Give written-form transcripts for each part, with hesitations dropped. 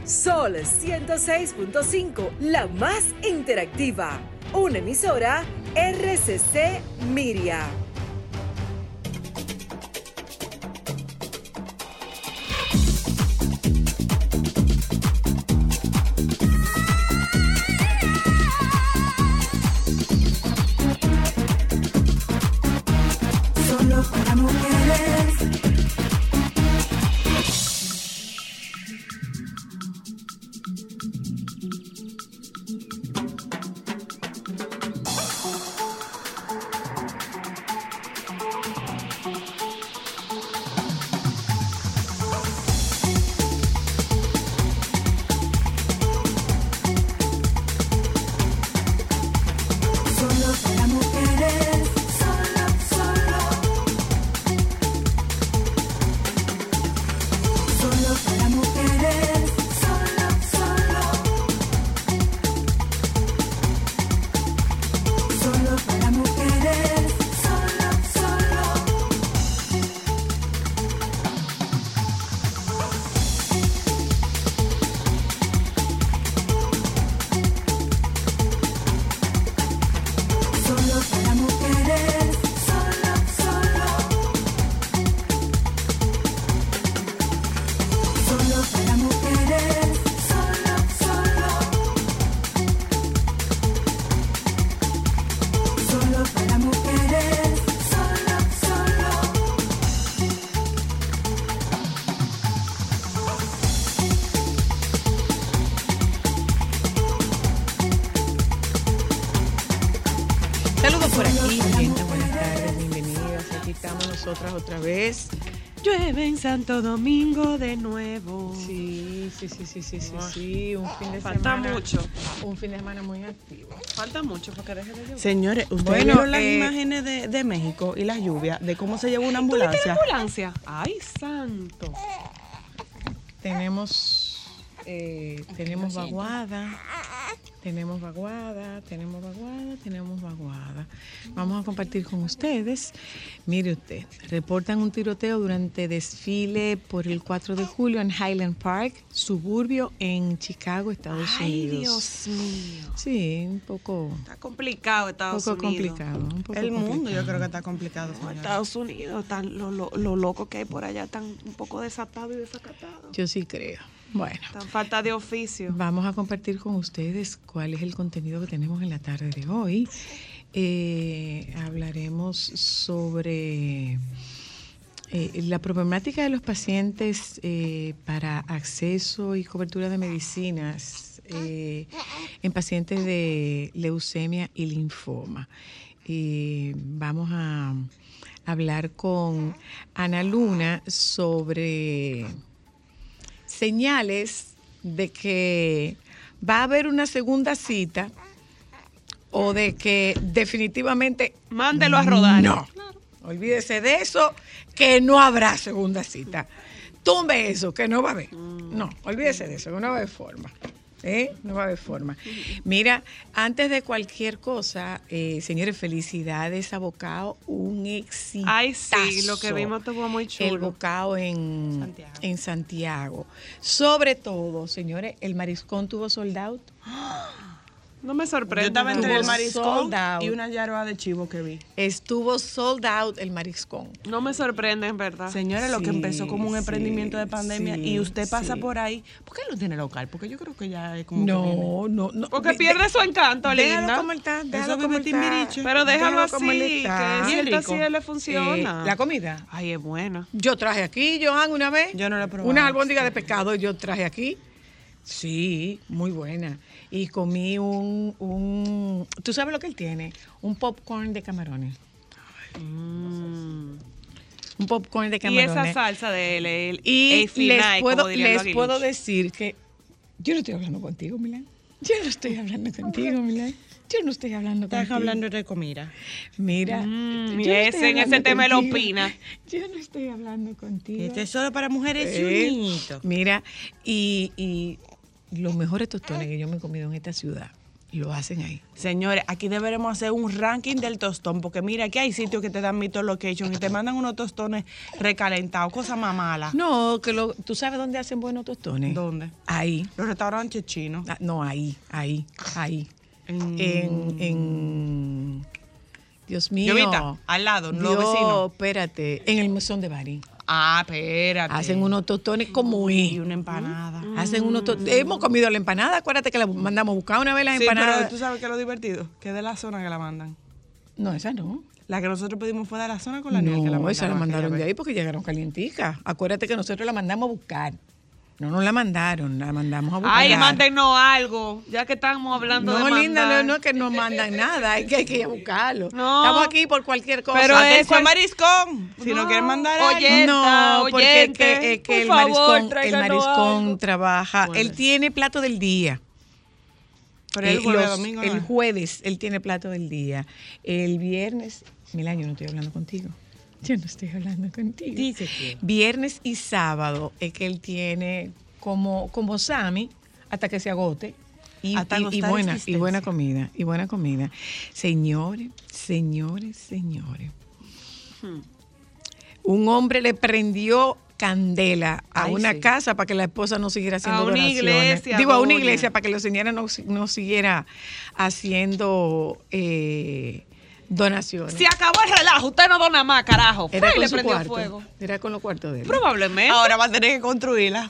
Sol 106.5, la más interactiva. Una emisora RCC Miria. Solo para mujeres. Otra vez. Llueve en Santo Domingo de nuevo. Sí. Un fin de Falta semana. mucho. Un fin de semana muy activo. Falta mucho porque deje de llover. Señores, ¿ustedes vieron las imágenes de México y las lluvias? De cómo se llevó una ambulancia. ¿Tuviste la ambulancia? ¡Ay, santo! Tenemos vaguada. Vamos a compartir con ustedes. Mire usted, reportan un tiroteo durante desfile por el 4 de julio en Highland Park, suburbio en Chicago, Estados Unidos. ¡Ay, Dios mío! Sí, un poco... Está complicado Estados Unidos. El mundo yo creo que está complicado. No, Estados Unidos, lo loco que hay por allá, están un poco desatados y desacatados. Yo sí creo. Bueno, Tan falta de oficio. Vamos a compartir con ustedes cuál es el contenido que tenemos en la tarde de hoy. Hablaremos sobre la problemática de los pacientes para acceso y cobertura de medicinas en pacientes de leucemia y linfoma. Vamos a hablar con Ana Luna sobre señales de que va a haber una segunda cita o de que definitivamente mándelo a rodar. No, olvídese de eso, que no habrá segunda cita. Tumbe eso, que no va a haber. No, olvídese de eso, que no va a haber forma. No va a haber forma. Mira, antes de cualquier cosa, señores, felicidades a Bocao, un éxito. Ay, sí, lo que vimos estuvo muy chulo. El Bocao en Santiago. Sobre todo, señores, el mariscón tuvo sold out. No me sorprende. Yo estaba entre el mariscón y una yaroa de chivo que vi. Estuvo sold out el mariscón. No me sorprende, en verdad. Señores, lo que empezó como un emprendimiento de pandemia y usted pasa por ahí. ¿Por qué lo tiene local? Porque yo creo que ya es como No. Porque pierde su encanto, linda. Déjalo como está, déjalo como está. Pero déjalo así, como él que está. sienta así le funciona. La comida. Ay, es buena. Yo traje aquí, Johan, una vez. Yo no la he probado. Unas albóndigas de pescado yo traje aquí. Sí, muy buena. Y comí ¿tú sabes lo que él tiene? Un popcorn de camarones. Un popcorn de camarones. Y esa salsa de él. Y les puedo decir que yo no estoy hablando contigo, Milán. Yo no estoy hablando contigo. Estás hablando de comida. Mira. En ese tema él opina. Yo no estoy hablando contigo. Este es solo para mujeres y un niñito. Mira, y los mejores tostones que yo me he comido en esta ciudad lo hacen ahí. Señores, aquí deberemos hacer un ranking del tostón, porque mira, aquí hay sitios que te dan Mito Location y te mandan unos tostones recalentados, cosas más malas. No, ¿tú sabes dónde hacen buenos tostones? ¿Dónde? Ahí. Los restaurantes chinos. No, ahí. Dios mío. Llovita, al lado, los vecinos. Espérate, en el mesón de Bari. Ah, espérate. Hacen unos tostones como y una empanada. Hacen unos hemos comido la empanada, acuérdate que la mandamos a buscar una vez las empanadas. Pero tú sabes que es lo divertido, que es de la zona que la mandan. No, esa no. La que nosotros pedimos fue de la zona con la niña que la mandaron. No, esa la mandaron de ahí porque llegaron calienticas. Acuérdate que nosotros la mandamos a buscar. No nos la mandaron, la mandamos a buscar. Ay, mándenos algo, ya que estamos hablando de mandar. No, linda, no es que no mandan nada, hay que ir a buscarlo. No. Estamos aquí por cualquier cosa. Pero eso es mariscón. Si no quieren mandar algo. No, porque es que el mariscón algo. trabaja. Él tiene plato del día. Pero el jueves, domingo, el jueves él tiene plato del día. El viernes, Milán, yo no estoy hablando contigo. Yo no estoy hablando contigo. Dice que. Viernes y sábado es que él tiene como Sammy hasta que se agote. Y buena comida. Señores. Un hombre le prendió candela a una casa para que la esposa no siguiera haciendo donaciones. Iglesia, a una iglesia para que la señora no siguiera haciendo donaciones. Se acabó el relajo, usted no dona más, carajo. Era Fue y con le su prendió cuarto. fuego. Era con los cuartos de él. Probablemente. Ahora va a tener que construirla.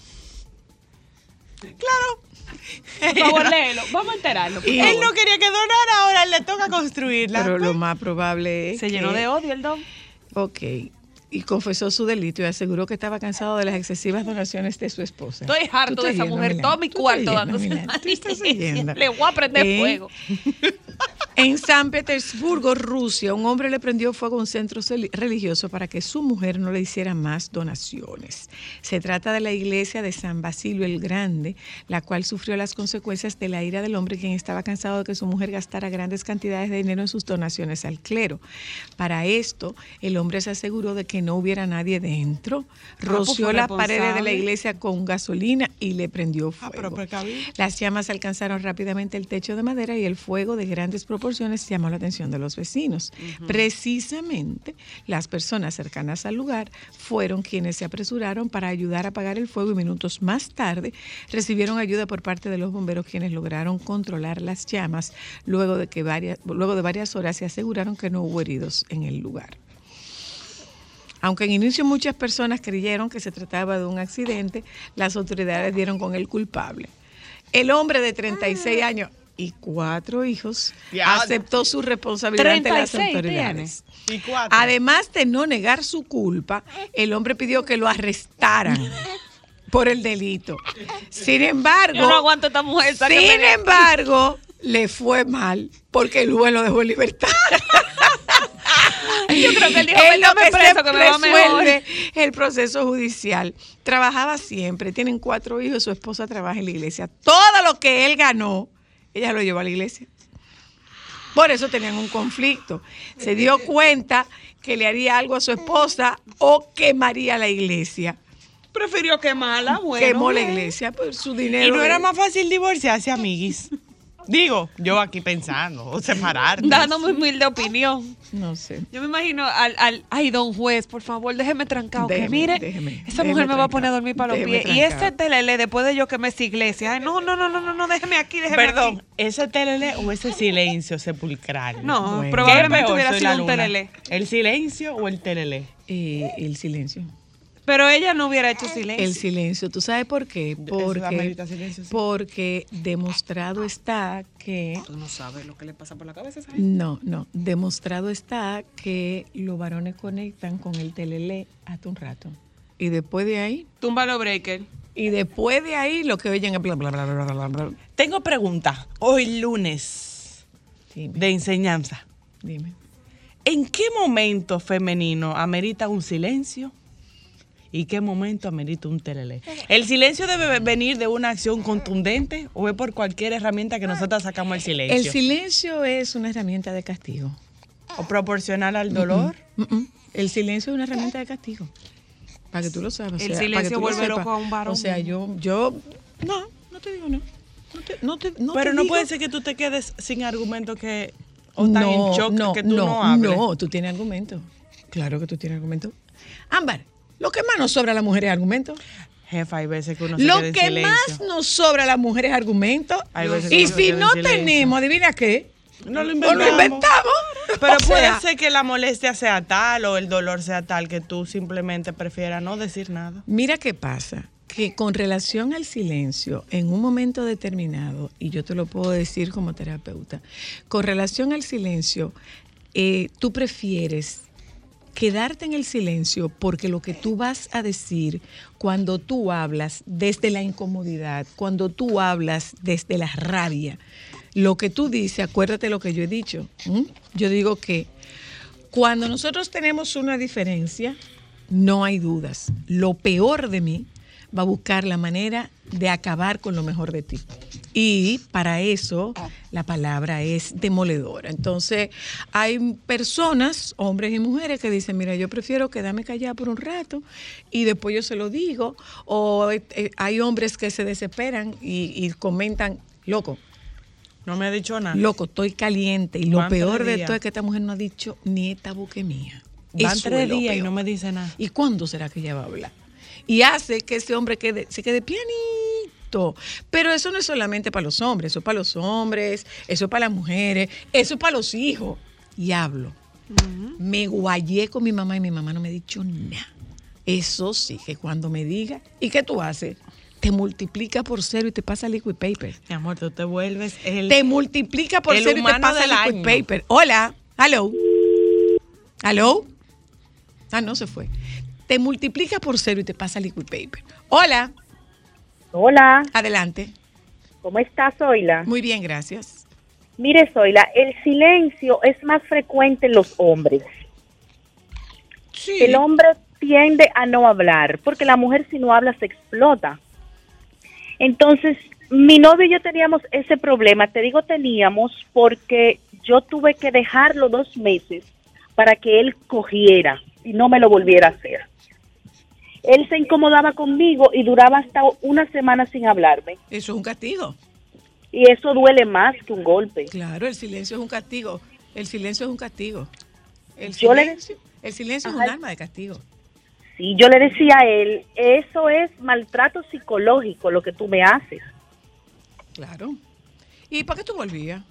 Claro. Por favor, léelo. Vamos a enterarlo. Él no quería que donara, ahora le toca construirla. Pero lo más probable es Se llenó de odio el don. Ok. Y confesó su delito y aseguró que estaba cansado de las excesivas donaciones de su esposa. Estoy harto de esa mujer. Todo mi cuarto dándose. Le voy a prender fuego. En San Petersburgo, Rusia, un hombre le prendió fuego a un centro religioso para que su mujer no le hiciera más donaciones. Se trata de la iglesia de San Basilio el Grande, la cual sufrió las consecuencias de la ira del hombre, quien estaba cansado de que su mujer gastara grandes cantidades de dinero en sus donaciones al clero. Para esto, el hombre se aseguró de que no hubiera nadie dentro, roció las paredes de la iglesia con gasolina y le prendió fuego. Las llamas alcanzaron rápidamente el techo de madera y el fuego de grandes proporciones llamó la atención de los vecinos. Precisamente, las personas cercanas al lugar fueron quienes se apresuraron para ayudar a apagar el fuego y minutos más tarde recibieron ayuda por parte de los bomberos, quienes lograron controlar las llamas luego de varias horas se aseguraron que no hubo heridos en el lugar. Aunque en inicio muchas personas creyeron que se trataba de un accidente, las autoridades dieron con el culpable. El hombre de 36 años y 4 hijos aceptó su responsabilidad ante las autoridades. Además de no negar su culpa, el hombre pidió que lo arrestaran por el delito. Sin embargo, yo no aguanto a esta mujer. Le fue mal porque el juez lo dejó en libertad. Yo creo que él dijo, métame preso que me va mejor. El proceso judicial. Trabajaba siempre, tienen 4 hijos, su esposa trabaja en la iglesia. Todo lo que él ganó, ella lo llevó a la iglesia. Por eso tenían un conflicto. Se dio cuenta que le haría algo a su esposa o quemaría la iglesia. Prefirió quemarla, bueno. Quemó la iglesia por su dinero. Y no era más fácil divorciarse, amiguis. Digo, yo aquí pensando, o separarnos. Dándome humilde opinión. No sé. Yo me imagino ay, don juez, por favor, déjeme trancado. Que mire, esa mujer me va a poner a dormir para los pies. Y ese telele, después de yo que me esa iglesia. Ay, no, déjeme aquí, Perdón, aquí. ¿ese telele o ese silencio sepulcral? No, bueno, probablemente hubiera sido un telele. ¿El silencio o el telele? El silencio. Pero ella no hubiera hecho silencio. El silencio. ¿Tú sabes por qué? Porque demostrado está que... Tú no sabes lo que le pasa por la cabeza a esa gente. No. Demostrado está que los varones conectan con el telele hasta un rato. Y después de ahí... Tumba los breakers. Y después de ahí lo que oyen es bla, bla, bla, bla, bla, bla. Tengo pregunta. Hoy lunes de enseñanza. Dime. ¿En qué momento femenino amerita un silencio? ¿Y qué momento amerita un telele? ¿El silencio debe venir de una acción contundente o es por cualquier herramienta que nosotros sacamos el silencio? El silencio es una herramienta de castigo. ¿O proporcional al dolor? El silencio es una herramienta de castigo. Para que tú lo sepas. El silencio vuelve loco a un varón. O sea, yo no te digo no. Pero no puede ser que tú te quedes sin argumento que o tan en shock que tú no hables. No, tú tienes argumento. Claro que tú tienes argumento. Ámbar, lo que más nos sobra a las mujeres es argumento. Jefa, hay veces que uno se Lo queda en que silencio. más nos sobra a las mujeres es argumento. Hay veces que Y uno se si queda en no silencio. tenemos, adivina qué. No lo O inventamos. lo inventamos. Pero O puede sea, ser que la molestia sea tal o el dolor sea tal que tú simplemente prefieras no decir nada. Mira qué pasa, que con relación al silencio, en un momento determinado, y yo te lo puedo decir como terapeuta, con relación al silencio, tú prefieres quedarte en el silencio porque lo que tú vas a decir cuando tú hablas desde la incomodidad, cuando tú hablas desde la rabia, lo que tú dices, acuérdate lo que yo he dicho. Yo digo que cuando nosotros tenemos una diferencia, no hay dudas. Lo peor de mí va a buscar la manera de acabar con lo mejor de ti. Y para eso la palabra es demoledora. Entonces, hay personas, hombres y mujeres, que dicen, mira, yo prefiero quedarme callada por un rato y después yo se lo digo. O hay hombres que se desesperan y comentan, loco, No me ha dicho nada. loco, estoy caliente. Y lo Van peor 3 de días. todo es que esta mujer no ha dicho ni esta boca mía. Van Eso 3 es lo días y peor. no me dice nada. ¿Y cuándo será que ella va a hablar? Y hace que ese hombre se quede pianito. Pero eso no es solamente para los hombres, eso es para los hombres, eso es para las mujeres, eso es para los hijos. Y hablo. Me guayé con mi mamá y mi mamá no me ha dicho nada. Eso sí, que cuando me diga, ¿y qué tú haces? Te multiplica por 0 y te pasa liquid paper. Mi amor, tú te vuelves Te multiplica por el 0 y te humano pasa del liquid año. paper. Hola, hello. ¿Aló? Ah, no se fue. Te multiplica por 0 y te pasa liquid paper. Hola, Hola, adelante. ¿cómo estás, Zoila? Muy bien, gracias. Mire, Zoila, el silencio es más frecuente en los hombres. Sí. El hombre tiende a no hablar, porque la mujer si no habla se explota. Entonces, mi novio y yo teníamos ese problema. Te digo teníamos porque yo tuve que dejarlo 2 meses para que él cogiera y no me lo volviera a hacer. Él se incomodaba conmigo y duraba hasta 1 semana sin hablarme. Eso es un castigo. Y eso duele más que un golpe. Claro, el silencio es un castigo. El silencio es un castigo. El Yo le- silencio es un Ajá. arma de castigo. Sí, yo le decía a él, eso es maltrato psicológico lo que tú me haces. Claro. ¿Y para qué tú volvías?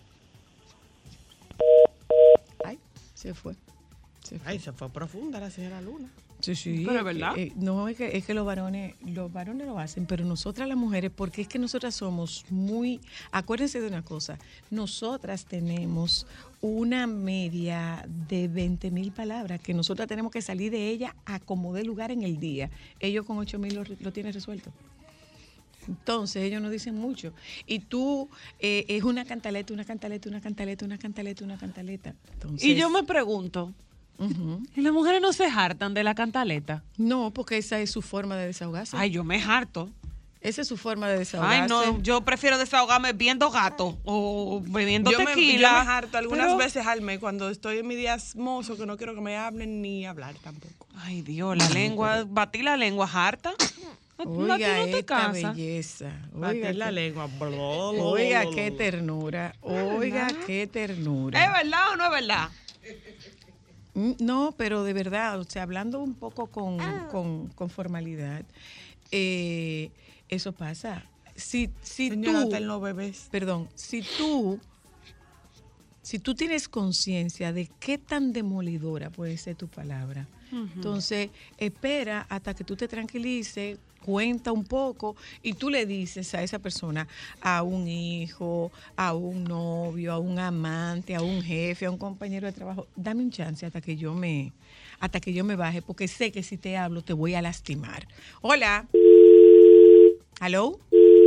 Ay, se fue. Se fue. Ay, se fue profunda la señora Luna. Sí, sí. Pero es verdad. No, es que los varones lo hacen, pero nosotras las mujeres, porque es que nosotras somos muy, acuérdense de una cosa, nosotras tenemos una media de 20,000 palabras que nosotras tenemos que salir de ella a como dé lugar en el día. Ellos con 8,000 lo tienen resuelto. Entonces ellos no dicen mucho. Y tú es una cantaleta, una cantaleta, una cantaleta, una cantaleta, una cantaleta. Entonces, Y yo me pregunto, ¿y las mujeres no se hartan de la cantaleta? no, porque esa es su forma de desahogarse. Ay, yo me harto. Esa es su forma de desahogarse. Ay, no, yo prefiero desahogarme viendo gato o bebiendo Yo me tequila. harto algunas pero- veces al mes cuando estoy en mi día mozo que no quiero que me hablen ni hablar tampoco. Ay, Dios, la lengua, batí la lengua harta. ¿A ti no Oiga te esta cansa? belleza. Batir Oiga, la qué- lengua. oiga qué ternura. Oiga qué ternura. ¿Es verdad o no es verdad? No, pero de verdad, o sea, hablando un poco con formalidad, eso pasa. Si Señora, tú, ten los bebés. perdón, si tú tienes conciencia de qué tan demolidora puede ser tu palabra, entonces espera hasta que tú te tranquilices, cuenta un poco y tú le dices a esa persona, a un hijo, a un novio, a un amante, a un jefe, a un compañero de trabajo, dame un chance hasta que yo me baje, porque sé que si te hablo te voy a lastimar. Hola. ¿Aló?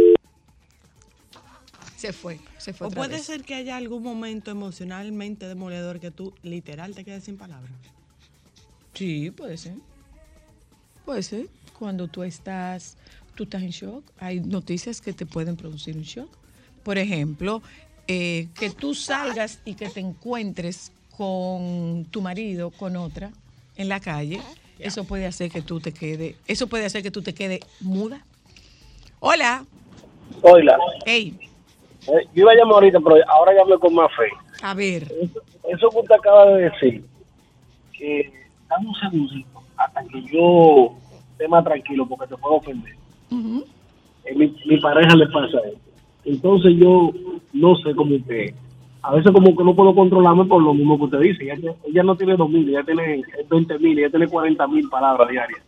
Se fue O otra puede vez. ser que haya algún momento emocionalmente demoledor que tú literal te quedes sin palabras. Sí, puede ser. Puede ser. Cuando tú estás en shock, hay noticias que te pueden producir un shock. Por ejemplo, que tú salgas y que te encuentres con tu marido, con otra, en la calle, eso puede hacer que tú te quedes muda. Hola. Oila. Ey, Yo iba a llamar ahorita, pero ahora ya hablé con más fe. a ver. Eso que usted acaba de decir, que dame un segundito hasta que yo esté más tranquilo porque te puedo ofender. Ujú. Mi pareja le pasa eso. Entonces yo no sé cómo usted. A veces como que no puedo controlarme por lo mismo que usted dice. Ella no tiene 2.000, ella tiene 20.000, ella tiene 40.000 palabras diarias.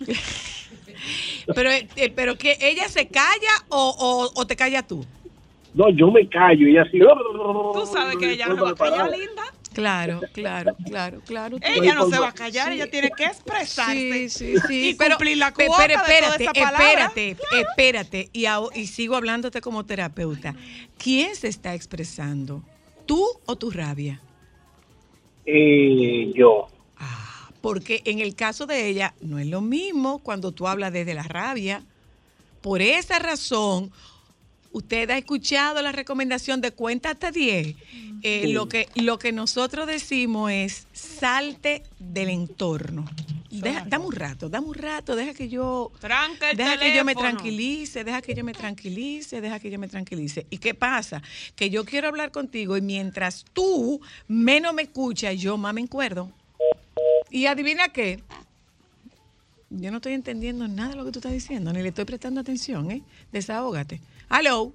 Pero que ella se calla o te calla tú. No, yo me callo y ella así. Tú sabes que ella no se va a callar, linda. Claro. Ella no se va a callar, ella tiene que expresarse. Sí. Y Pero, cumplir la cuota de toda esa palabra. Espérate. Y sigo hablándote como terapeuta. ¿Quién se está expresando? ¿Tú o tu rabia? Yo. Porque en el caso de ella no es lo mismo cuando tú hablas desde la rabia. Por esa razón, usted ha escuchado la recomendación de cuenta hasta 10. Lo que nosotros decimos es salte del entorno. Dame un rato, deja que yo me tranquilice, deja que yo me tranquilice. ¿Y qué pasa? Que yo quiero hablar contigo y mientras tú menos me escuchas, yo más me encuerdo. Y adivina qué, yo no estoy entendiendo nada de lo que tú estás diciendo, ni le estoy prestando atención, ¿eh? Desahógate. Hello.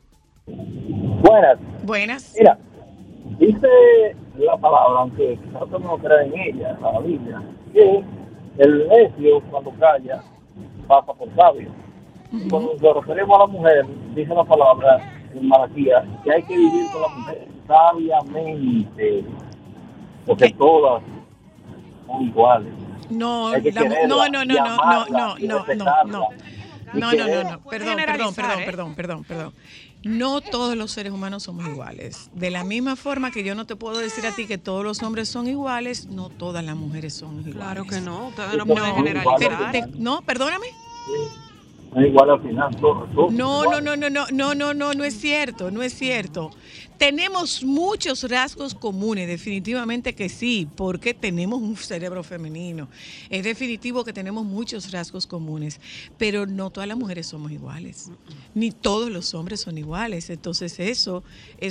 Buenas. Mira, dice la palabra, aunque quizás usted no crea en ella, la Biblia, que el necio cuando calla pasa por sabio. Uh-huh. Cuando nos referimos a la mujer, dice la palabra en Malaquías que hay que vivir con la mujer sabiamente, porque todas son iguales. No. Perdón. No todos los seres humanos somos iguales. De la misma forma que yo no te puedo decir a ti que todos los hombres son iguales, no todas las mujeres son iguales. Claro que no, ustedes no pueden generalizar. No, perdóname. Es igual al final, todo. No es cierto. Tenemos muchos rasgos comunes, definitivamente que sí, porque tenemos un cerebro femenino. Es definitivo que tenemos muchos rasgos comunes, pero no todas las mujeres somos iguales, ni todos los hombres son iguales. Entonces eso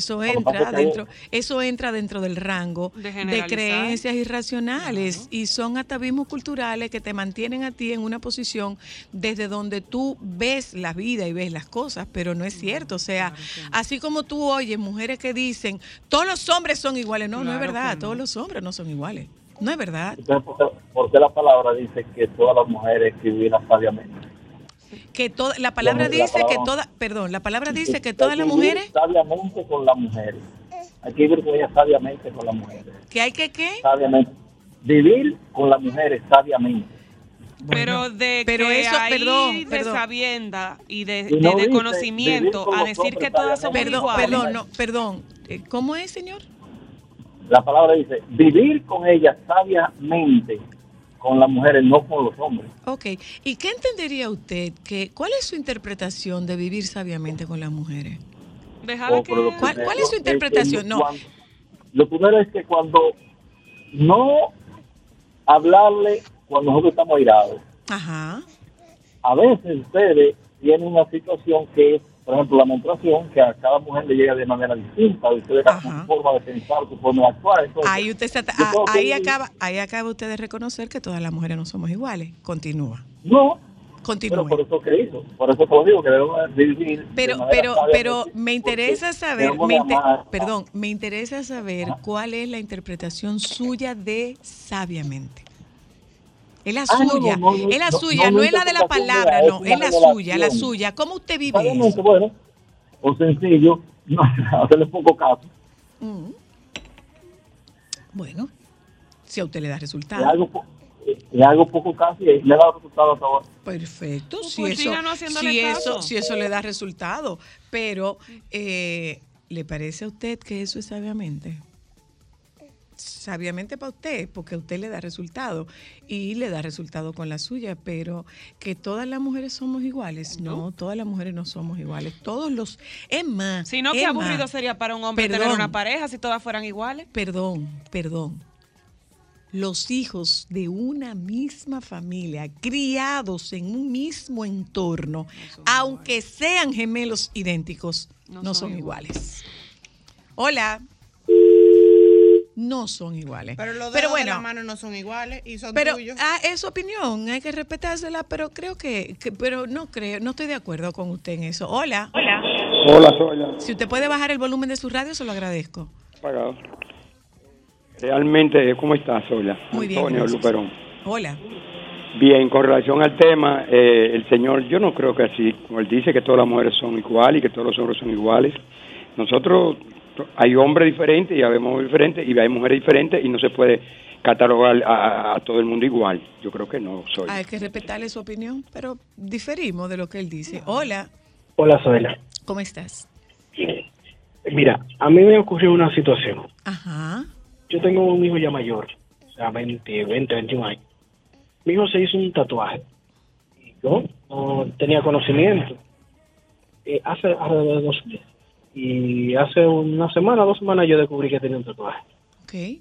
entra dentro del rango de creencias irracionales y son atavismos culturales que te mantienen a ti en una posición desde donde tú ves la vida y ves las cosas, pero no es cierto. O sea, así como tú oyes mujeres que dicen todos los hombres son iguales, no es verdad, todos los hombres no son iguales, no es verdad. Entonces, ¿por qué la palabra dice que todas las mujeres vivirán sabiamente? La palabra dice que todas las mujeres sabiamente con las mujeres. Hay que vivir con ellas sabiamente con las mujeres. ¿Que hay que qué? Sabiamente. Vivir con las mujeres sabiamente. Bueno, pero eso, perdón. De sabienda y de conocimiento a decir que todas somos iguales. Perdón. ¿Cómo es, señor? La palabra dice, vivir con ellas sabiamente con las mujeres, no con los hombres. Ok. ¿Y qué entendería usted? ¿Cuál es su interpretación de vivir sabiamente con las mujeres? ¿Cuál es su interpretación? Lo primero es que cuando no hablarle cuando nosotros estamos airados. Ajá. A veces ustedes tienen una situación que es, por ejemplo, la menstruación, que a cada mujer le llega de manera distinta, ustedes tienen su forma de pensar, su forma de actuar. Entonces, ahí acaba usted de reconocer que todas las mujeres no somos iguales. Continúa. No. Continúa. Pero por eso que hizo. Por eso te lo digo, que debemos vivir. Pero me interesa saber, me interesa saber cuál es la interpretación suya de sabiamente. Es la suya, no es la de la palabra, no, es la suya. ¿Cómo usted vive eso? Bueno, o sencillo, no hacerle poco caso. Bueno, si a usted le da resultado. Le hago poco caso y le da resultado hasta ahora. Perfecto, si eso le da resultado. Pero, ¿le parece a usted que eso es sabiamente? Sabiamente para usted, porque a usted le da resultado y le da resultado con la suya, pero que todas las mujeres somos iguales. No, todas las mujeres no somos iguales. Es más. Sino que aburrido sería para un hombre tener una pareja si todas fueran iguales. Perdón. los hijos de una misma familia, criados en un mismo entorno, aunque sean gemelos idénticos, no son iguales. Hola. No son iguales. Pero los dedos de la mano no son iguales y son tuyos. Es su opinión, hay que respetársela, pero creo pero no estoy de acuerdo con usted en eso. Hola. Hola, Zoila. Si usted puede bajar el volumen de su radio, se lo agradezco. Apagado. Realmente, ¿cómo estás, Zoila? Muy bien. Antonio Luperón. Hola. Bien, con relación al tema, el señor, yo no creo que así, como él dice que todas las mujeres son iguales y que todos los hombres son iguales. Nosotros, hay hombres diferentes y hay mujeres diferentes y hay mujeres diferentes y no se puede catalogar a todo el mundo igual. Yo creo que no, Zoila. Hay que respetarle su opinión, pero diferimos de lo que él dice. Hola. Hola, Zoila. ¿Cómo estás? Mira, a mí me ocurrió una situación. Ajá. Yo tengo un hijo ya mayor, o sea, 21 años. Mi hijo se hizo un tatuaje y yo no tenía conocimiento. Hace 2 meses. Y hace una semana, 2 semanas yo descubrí que tenía un tatuaje. Okay.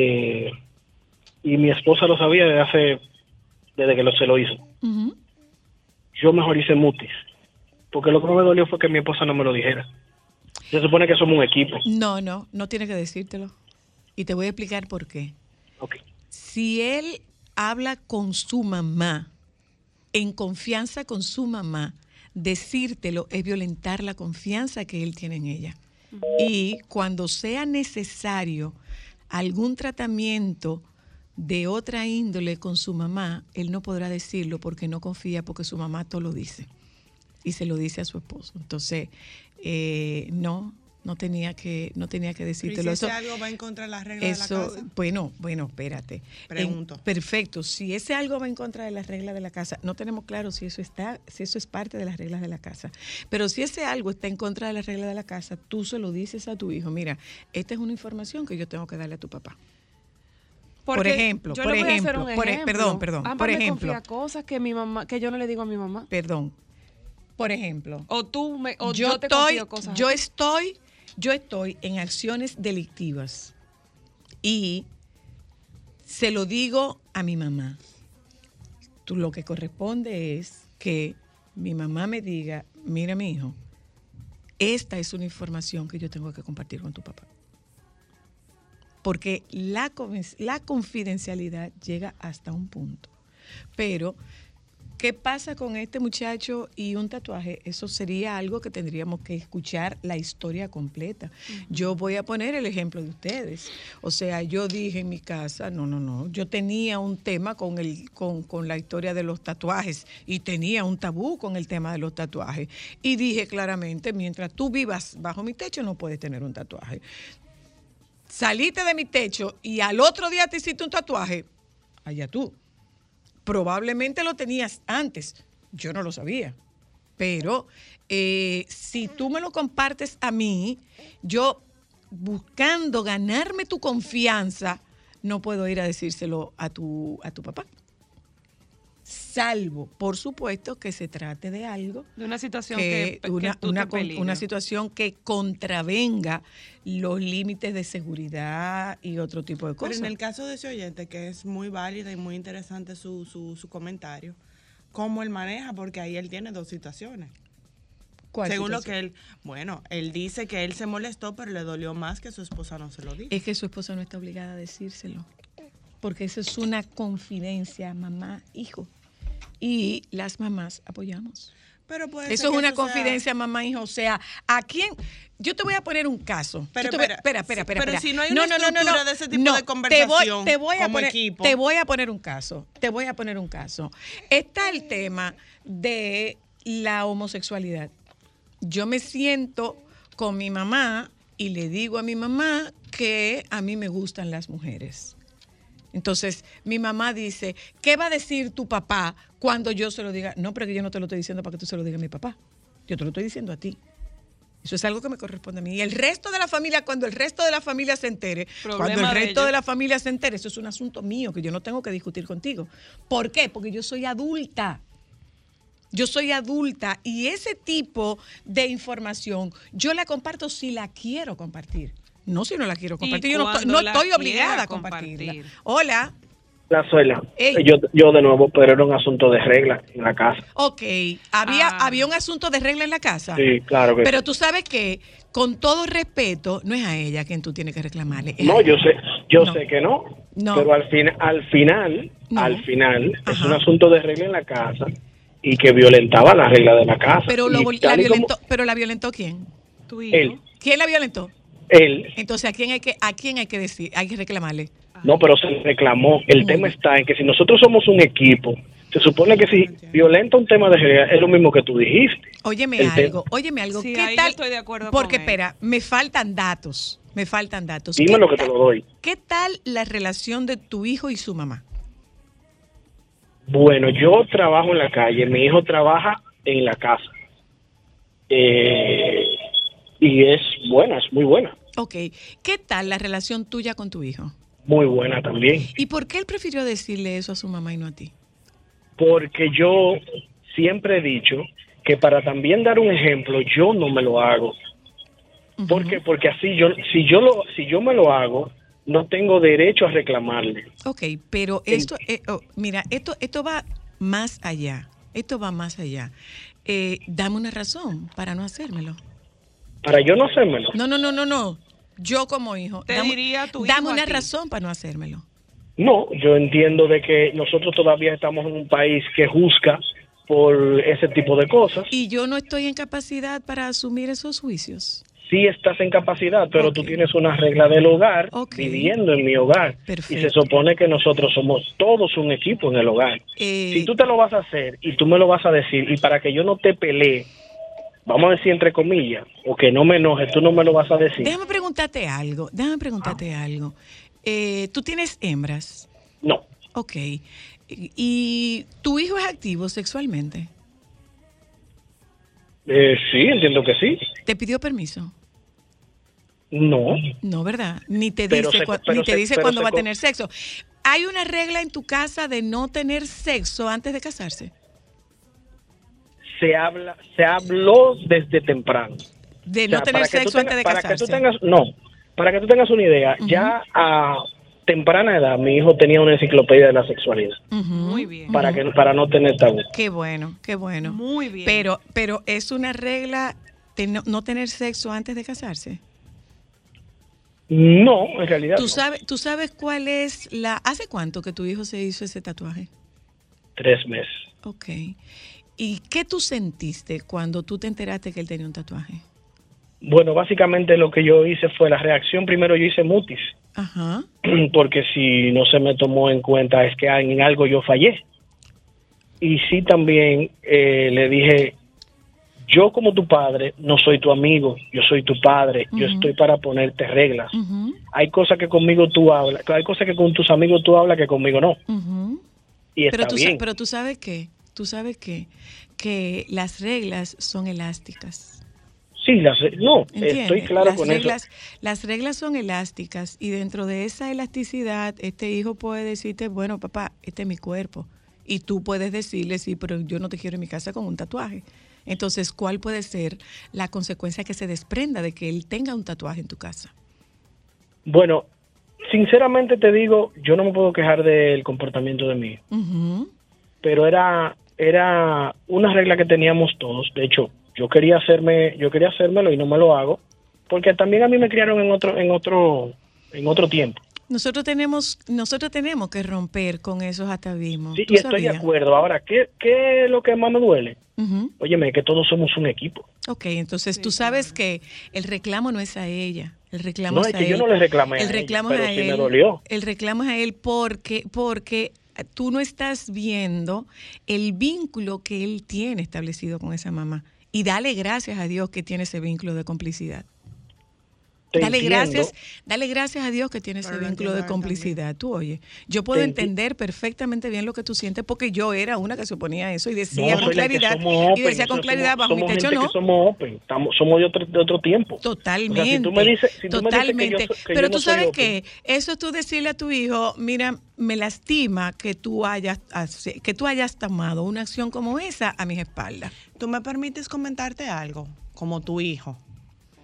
Y mi esposa lo sabía desde que se lo hizo. Uh-huh. Yo mejor hice mutis, porque lo que me dolió fue que mi esposa no me lo dijera. Se supone que somos un equipo. No tiene que decírtelo. Y te voy a explicar por qué. Okay. Si él habla con su mamá, en confianza con su mamá, decírtelo es violentar la confianza que él tiene en ella. Y cuando sea necesario algún tratamiento de otra índole con su mamá, él no podrá decirlo porque no confía, porque su mamá todo lo dice. Y se lo dice a su esposo. Entonces, no tenía que decírtelo. ¿Y si ese algo va en contra de las reglas de la casa? Bueno, espérate. Pregunto. Perfecto. Si ese algo va en contra de las reglas de la casa, no tenemos claro si eso es parte de las reglas de la casa. Pero si ese algo está en contra de las reglas de la casa, tú se lo dices a tu hijo. Mira, esta es una información que yo tengo que darle a tu papá. Por ejemplo, cosas que mi mamá, que yo no le digo a mi mamá. Perdón. Por ejemplo, yo te confío cosas. Yo estoy en acciones delictivas y se lo digo a mi mamá. Lo que corresponde es que mi mamá me diga, mira, mi hijo, esta es una información que yo tengo que compartir con tu papá. Porque la confidencialidad llega hasta un punto. Pero ¿qué pasa con este muchacho y un tatuaje? Eso sería algo que tendríamos que escuchar la historia completa. Uh-huh. Yo voy a poner el ejemplo de ustedes. O sea, yo dije en mi casa, no. Yo tenía un tema con la historia de los tatuajes y tenía un tabú con el tema de los tatuajes. Y dije claramente, mientras tú vivas bajo mi techo no puedes tener un tatuaje. Saliste de mi techo y al otro día te hiciste un tatuaje, allá tú. Probablemente lo tenías antes, yo no lo sabía, pero si tú me lo compartes a mí, yo buscando ganarme tu confianza, no puedo ir a decírselo a tu papá. Salvo, por supuesto, que se trate de algo, de una situación una situación que contravenga los límites de seguridad y otro tipo de cosas. Pero en el caso de ese oyente, que es muy válida y muy interesante su comentario, ¿cómo él maneja? Porque ahí él tiene 2 situaciones. ¿Cuál Según situación? lo que él dice que él se molestó, pero le dolió más que su esposa no se lo dijo. Es que su esposa no está obligada a decírselo, porque eso es una confidencia mamá-hijo. Y las mamás apoyamos. Pero puede eso es una confidencia mamá-hijo. O sea, ¿a quién? Yo te voy a poner un caso. Pero espera. Si no hay una estructura de ese tipo de conversación como equipo. Te voy a poner un caso. Está el tema de la homosexualidad. Yo me siento con mi mamá y le digo a mi mamá que a mí me gustan las mujeres. Entonces, mi mamá dice, ¿qué va a decir tu papá cuando yo se lo diga? No, pero que yo no te lo estoy diciendo para que tú se lo digas a mi papá. Yo te lo estoy diciendo a ti. Eso es algo que me corresponde a mí. Y el resto de la familia, cuando el resto de la familia se entere, eso es un asunto mío que yo no tengo que discutir contigo. ¿Por qué? Porque yo soy adulta. Y ese tipo de información yo la comparto si la quiero compartir. No, si no la quiero compartir. Yo no estoy obligada a compartirla. Hola. La suela. Yo de nuevo, pero era un asunto de regla en la casa. Ok. ¿Había un asunto de regla en la casa? Sí, claro que Pero tú sabes que, con todo respeto, no es a ella quien tú tienes que reclamarle. No, yo sé que no. Pero al final es un asunto de regla en la casa y que violentaba la regla de la casa. Pero la violentó ¿quién? Tu hijo. Él. ¿Quién la violentó? Él. Entonces, ¿a quién hay que decir? Hay que reclamarle. No, pero se reclamó. El tema está en que si nosotros somos un equipo, se supone que si violenta un tema de regla, es lo mismo que tú dijiste. Óyeme algo. Sí, ¿Qué ahí tal? yo estoy de acuerdo Porque, con él. espera, me faltan datos. Dime lo que te lo doy. ¿Qué tal la relación de tu hijo y su mamá? Bueno, yo trabajo en la calle, mi hijo trabaja en la casa. Y es buena, es muy buena. Ok. ¿Qué tal la relación tuya con tu hijo? Muy buena también. ¿Y por qué él prefirió decirle eso a su mamá y no a ti? Porque yo siempre he dicho que para también dar un ejemplo, yo no me lo hago. ¿Por qué? Porque así si yo me lo hago, no tengo derecho a reclamarle. Ok, pero esto, mira, esto va más allá. Esto va más allá. Dame una razón para no hacérmelo. ¿Para yo no hacérmelo? No. Yo como hijo. Dame una razón para no hacérmelo. No, yo entiendo de que nosotros todavía estamos en un país que juzga por ese tipo de cosas. Y yo no estoy en capacidad para asumir esos juicios. Sí estás en capacidad, pero tú tienes una regla del hogar, viviendo en mi hogar. Perfecto. Y se supone que nosotros somos todos un equipo en el hogar. Si tú te lo vas a hacer y tú me lo vas a decir, y para que yo no te pelee, vamos a decir entre comillas, o que no me enoje, tú no me lo vas a decir. Déjame preguntarte algo. ¿Tú tienes hembras? No. Ok. ¿Y tu hijo es activo sexualmente? Sí, entiendo que sí. ¿Te pidió permiso? No. No, ¿verdad? Ni te dice cuándo va a tener sexo. ¿Hay una regla en tu casa de no tener sexo antes de casarse? Se habló desde temprano. De no tener sexo antes de casarse. Para que tú tengas una idea, ya a temprana edad mi hijo tenía una enciclopedia de la sexualidad. Muy bien. Para no tener tabú. Qué bueno. Muy bien. Pero es una regla de no tener sexo antes de casarse. No, en realidad ¿Tú sabes cuál es ¿Hace cuánto que tu hijo se hizo ese tatuaje? 3 meses. Ok. ¿Y qué tú sentiste cuando tú te enteraste que él tenía un tatuaje? Bueno, básicamente lo que yo hice fue la reacción. Primero yo hice mutis. Ajá. Porque si no se me tomó en cuenta es que en algo yo fallé. Y sí también le dije, yo como tu padre no soy tu amigo, yo soy tu padre, yo estoy para ponerte reglas. Hay cosas que conmigo tú hablas, hay cosas que con tus amigos tú hablas que conmigo no. Y está bien. Pero tú sabes qué, que las reglas son elásticas. Sí, estoy claro con eso. Las reglas son elásticas y dentro de esa elasticidad este hijo puede decirte, bueno, papá, este es mi cuerpo. Y tú puedes decirle, sí, pero yo no te quiero en mi casa con un tatuaje. Entonces, ¿cuál puede ser la consecuencia que se desprenda de que él tenga un tatuaje en tu casa? Bueno, sinceramente te digo, yo no me puedo quejar del comportamiento de mi hijo. Pero era una regla que teníamos todos. De hecho, yo quería hacérmelo y no me lo hago, porque también a mí me criaron en otro tiempo. Nosotros tenemos que romper con esos atavismos. Sí, y estoy de acuerdo. Ahora, ¿qué es lo que más me duele? Óyeme, que todos somos un equipo. Ok, entonces tú sabes que el reclamo no es a ella. El reclamo no, es a que él. Yo no le reclamé el reclamo a ella, es pero a sí él. me dolió. El reclamo es a él porque tú no estás viendo el vínculo que él tiene establecido con esa mamá. Y dale gracias a Dios que tiene ese vínculo de complicidad. Dale gracias a Dios que tiene ese vínculo de complicidad. También. Tú oye, yo puedo entender perfectamente bien lo que tú sientes porque yo era una que se oponía a eso y decía con claridad, bajo mi techo no. Somos open, somos de otro tiempo. Totalmente. O sea, si tú me dices pero tú sabes que eso es tú decirle a tu hijo, mira, me lastima que tú hayas tomado una acción como esa a mis espaldas. ¿Tú me permites comentarte algo como tu hijo?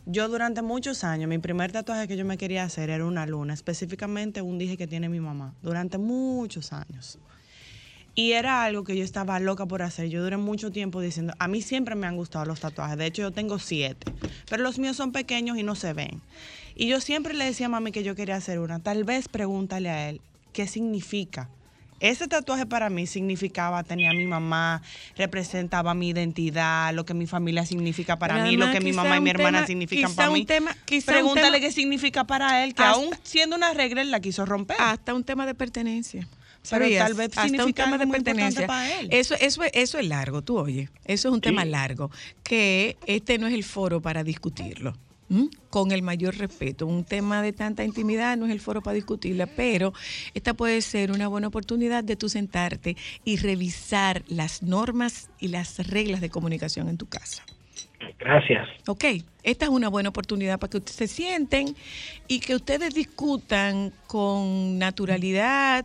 Yo durante muchos años, mi primer tatuaje que yo me quería hacer era una luna, específicamente un dije que tiene mi mamá, durante muchos años. Y era algo que yo estaba loca por hacer. Yo duré mucho tiempo diciendo, a mí siempre me han gustado los tatuajes. De hecho, yo tengo 7, pero los míos son pequeños y no se ven. Y yo siempre le decía a mami que yo quería hacer una. Tal vez pregúntale a él qué significa. Ese tatuaje para mí significaba tener a mi mamá, representaba mi identidad, lo que mi familia significa para mí, lo que mi mamá y mi hermana significan para mí. Pregúntale qué significa para él, que aún siendo una regla él la quiso romper. Hasta un tema de pertenencia. Pero tal vez hasta un tema de pertenencia. Para él. Eso es largo, tú oye. Eso es un tema largo, que este no es el foro para discutirlo. Con el mayor respeto. Un tema de tanta intimidad no es el foro para discutirla, pero esta puede ser una buena oportunidad de tú sentarte y revisar las normas y las reglas de comunicación en tu casa. Gracias. Ok, esta es una buena oportunidad para que ustedes se sienten y que ustedes discutan con naturalidad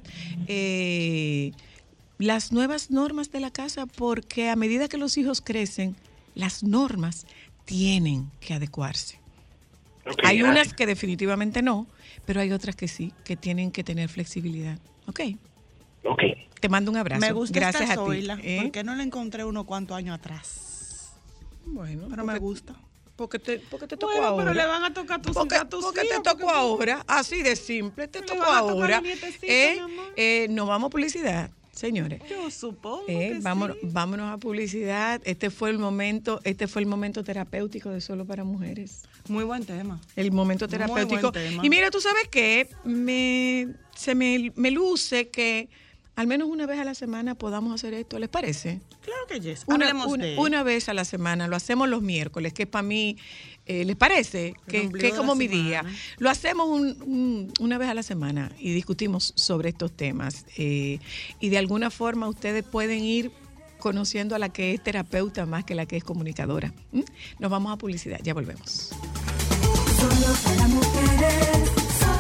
las nuevas normas de la casa, porque a medida que los hijos crecen, las normas tienen que adecuarse. Okay, hay gracias. unas que definitivamente no, pero hay otras que sí, que tienen que tener flexibilidad. Ok. Ok. Te mando un abrazo. Me gusta Gracias esta a ti. Zoila, ¿por qué no la encontré unos cuantos años atrás? Bueno, pero me gusta. Porque te tocó bueno, ahora. Pero le van a tocar tus porque te tocó ahora, así de simple, te tocó ahora. Nos vamos a publicidad, señores. Yo supongo vámonos a publicidad. Este fue el momento terapéutico de Solo para Mujeres. Muy buen tema. El momento terapéutico. Tema. Y mira, tú sabes qué, me luce que al menos una vez a la semana podamos hacer esto, ¿les parece? Claro que yes. Una vez a la semana, lo hacemos los miércoles, que para mí, ¿les parece? Que es como mi día. Lo hacemos una vez a la semana y discutimos sobre estos temas. Y de alguna forma ustedes pueden ir conociendo a la que es terapeuta más que la que es comunicadora. Nos vamos a publicidad, ya volvemos. Solo para mujeres.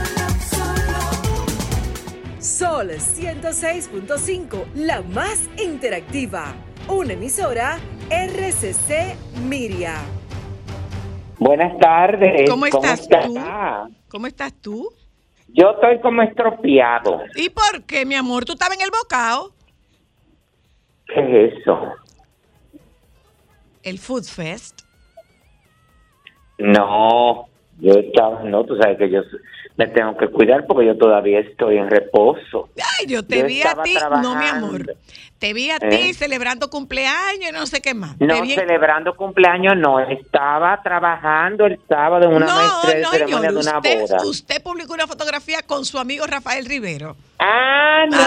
Sol 106.5, la más interactiva. Una emisora RCC Miria. Buenas tardes. ¿Cómo estás tú? ¿Cómo estás tú? Yo estoy como estropeado. ¿Y por qué, mi amor? ¿Tú estabas en el bocado? ¿Qué es eso? ¿El Food Fest? No, tú sabes que yo me tengo que cuidar porque yo todavía estoy en reposo. Ay, yo te vi a ti, no mi amor, te vi a ti celebrando cumpleaños y no sé qué más. No, celebrando cumpleaños no, estaba trabajando el sábado en una maestría de ceremonia de una boda. Usted publicó una fotografía con su amigo Rafael Rivero. No,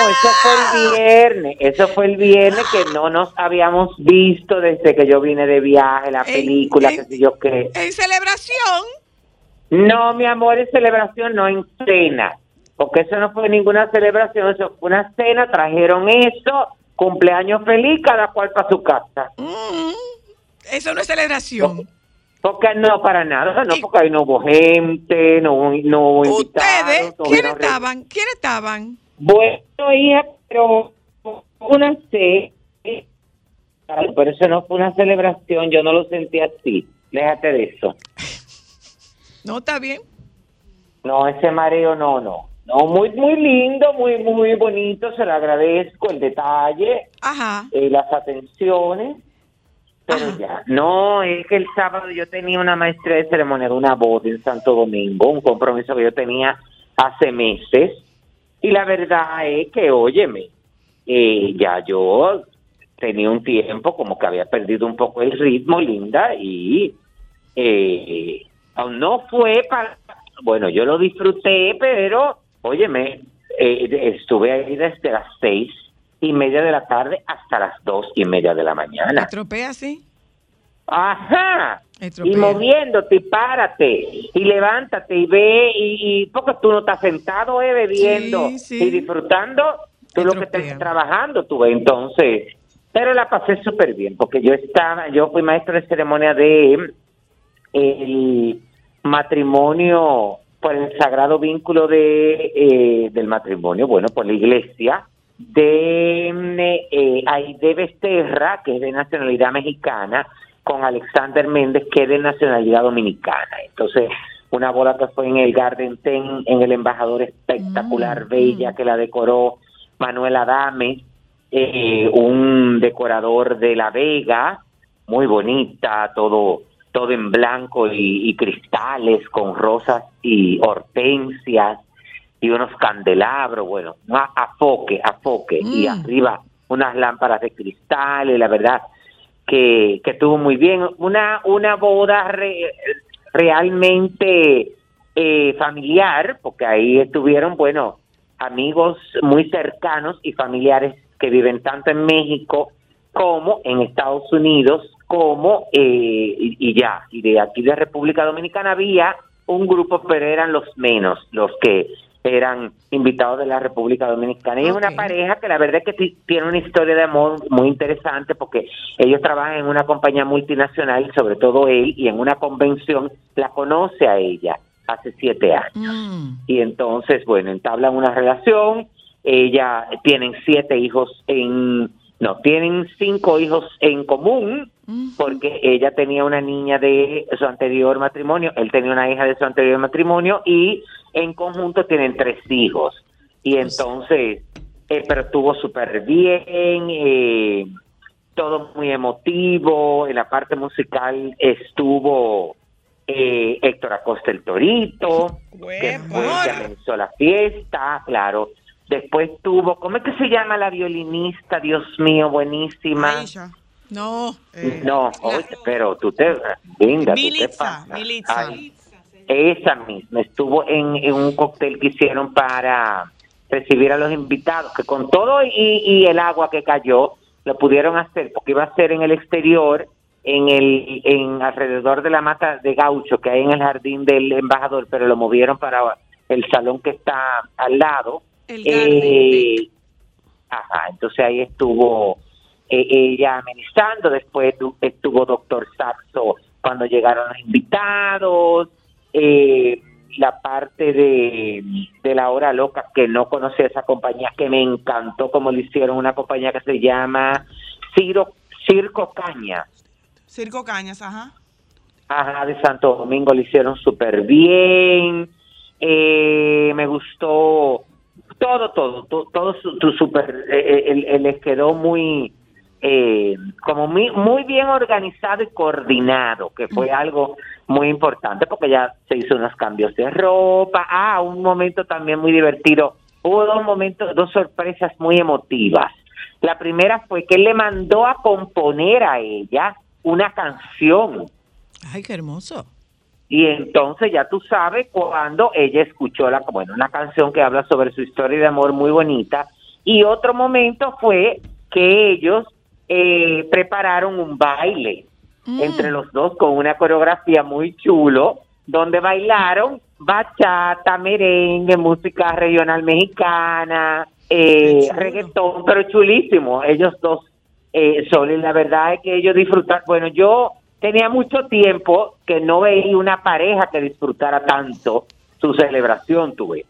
eso fue el viernes que no nos habíamos visto desde que yo vine de viaje, la película, qué sé yo qué. ¿En celebración? No, mi amor, en celebración, no en cena, porque eso no fue ninguna celebración, eso fue una cena, trajeron eso, cumpleaños feliz, cada cual para su casa. Eso no es celebración. Porque no, para nada, no, porque ahí no hubo gente, no hubo invitados. ¿Ustedes? ¿Quiénes estaban? Bueno, hija, pero una cena, pero eso no fue una celebración, yo no lo sentí así, déjate de eso. No, está bien. No, ese mareo no. No, muy lindo, muy bonito, se lo agradezco, el detalle, las atenciones, pero ya. No, es que el sábado yo tenía una maestría de ceremonia de una boda en Santo Domingo, un compromiso que yo tenía hace meses, y la verdad es que, óyeme, ya yo tenía un tiempo como que había perdido un poco el ritmo, linda, y aún no fue para... Bueno, yo lo disfruté, pero, óyeme, estuve ahí desde las 6:30 de la tarde hasta las 2:30 de la mañana. ¿Estropea, sí? Ajá. Estropea. Y moviéndote, y párate, y levántate, y ve, y porque tú no estás sentado, bebiendo y disfrutando, tú lo que estás trabajando, tú ves, entonces... Pero la pasé súper bien, porque yo fui maestro de ceremonia de el matrimonio, por el sagrado vínculo del matrimonio, bueno, por la iglesia, de Aide Becerra, que es de nacionalidad mexicana, con Alexander Méndez, que es de nacionalidad dominicana. Entonces, una boda que fue en el Garden Ten, en el Embajador, espectacular, bella, que la decoró Manuel Adame, un decorador de La Vega, muy bonita, todo en blanco y cristales, con rosas y hortensias, y unos candelabros, bueno, a foque, y arriba unas lámparas de cristal, y la verdad que estuvo muy bien. Una boda realmente familiar, porque ahí estuvieron, bueno, amigos muy cercanos y familiares que viven tanto en México como en Estados Unidos, como y de aquí de República Dominicana había un grupo, pero eran los menos, los que eran invitados de la República Dominicana. Y es una pareja que la verdad es que tiene una historia de amor muy interesante, porque ellos trabajan en una compañía multinacional, sobre todo él, y en una convención la conoce a ella hace 7 años. Y entonces, bueno, entablan una relación. Ella tienen 7 hijos tienen 5 hijos en común, porque ella tenía una niña de su anterior matrimonio, él tenía una hija de su anterior matrimonio, y en conjunto tienen 3 hijos. Y entonces, pero estuvo súper bien, todo muy emotivo. En la parte musical estuvo Héctor Acosta el Torito, que fue el que amenizó la fiesta, claro. Después tuvo, ¿cómo es que se llama la violinista? Dios mío, buenísima. Aisha. No. Oye, pero tú te... Linda, Militza. Ay, esa misma. Estuvo en un cóctel que hicieron para recibir a los invitados, que con todo y el agua que cayó, lo pudieron hacer, porque iba a ser en el exterior, en alrededor de la mata de gaucho que hay en el jardín del embajador, pero lo movieron para el salón que está al lado. Entonces ahí estuvo ella amenizando. Después estuvo Doctor Saxo cuando llegaron los invitados. La parte de La Hora Loca, que no conocía esa compañía, que me encantó como lo hicieron, una compañía que se llama Circo Cañas. Circo Cañas, de Santo Domingo, lo hicieron súper bien. Me gustó todo súper, les quedó muy como muy bien organizado y coordinado, que fue algo muy importante, porque ya se hizo unos cambios de ropa. Un momento también muy divertido. Hubo 2 sorpresas muy emotivas. La primera fue que él le mandó a componer a ella una canción. Ay, qué hermoso. Y entonces ya tú sabes, cuando ella escuchó una canción que habla sobre su historia de amor muy bonita. Y otro momento fue que ellos prepararon un baile entre los dos, con una coreografía muy chulo, donde bailaron bachata, merengue, música regional mexicana, reggaetón, pero chulísimo. Ellos dos solos, la verdad es que ellos disfrutaron. Bueno, yo tenía mucho tiempo que no veía una pareja que disfrutara tanto su celebración, tuve.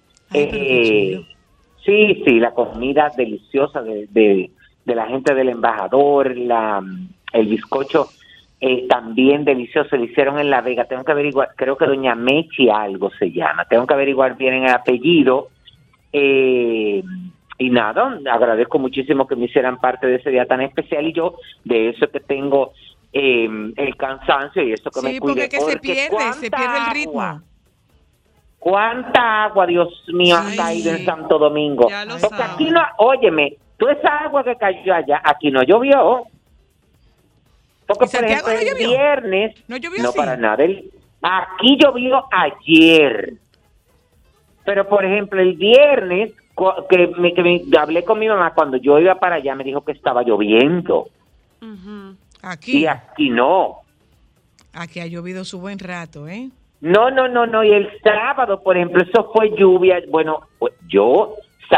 Sí, la comida deliciosa de la gente del embajador, el bizcocho también delicioso, lo hicieron en La Vega. Tengo que averiguar, creo que Doña Mechi algo se llama, tengo que averiguar bien el apellido. Y nada, agradezco muchísimo que me hicieran parte de ese día tan especial, y yo de eso que tengo el cansancio y eso que me cuide, porque se pierde el ritmo. ¿Cuánta agua, Dios mío, ha caído en Santo Domingo? Porque aquí no, óyeme, toda esa agua que cayó allá, aquí no llovió. Porque, por ejemplo, el viernes, no para nada, aquí llovió ayer. Pero, por ejemplo, el viernes, que me hablé con mi mamá, cuando yo iba para allá, me dijo que estaba lloviendo. Aquí. Y aquí no. Aquí ha llovido su buen rato, ¿eh? No. Y el sábado, por ejemplo, eso fue lluvia. Bueno, yo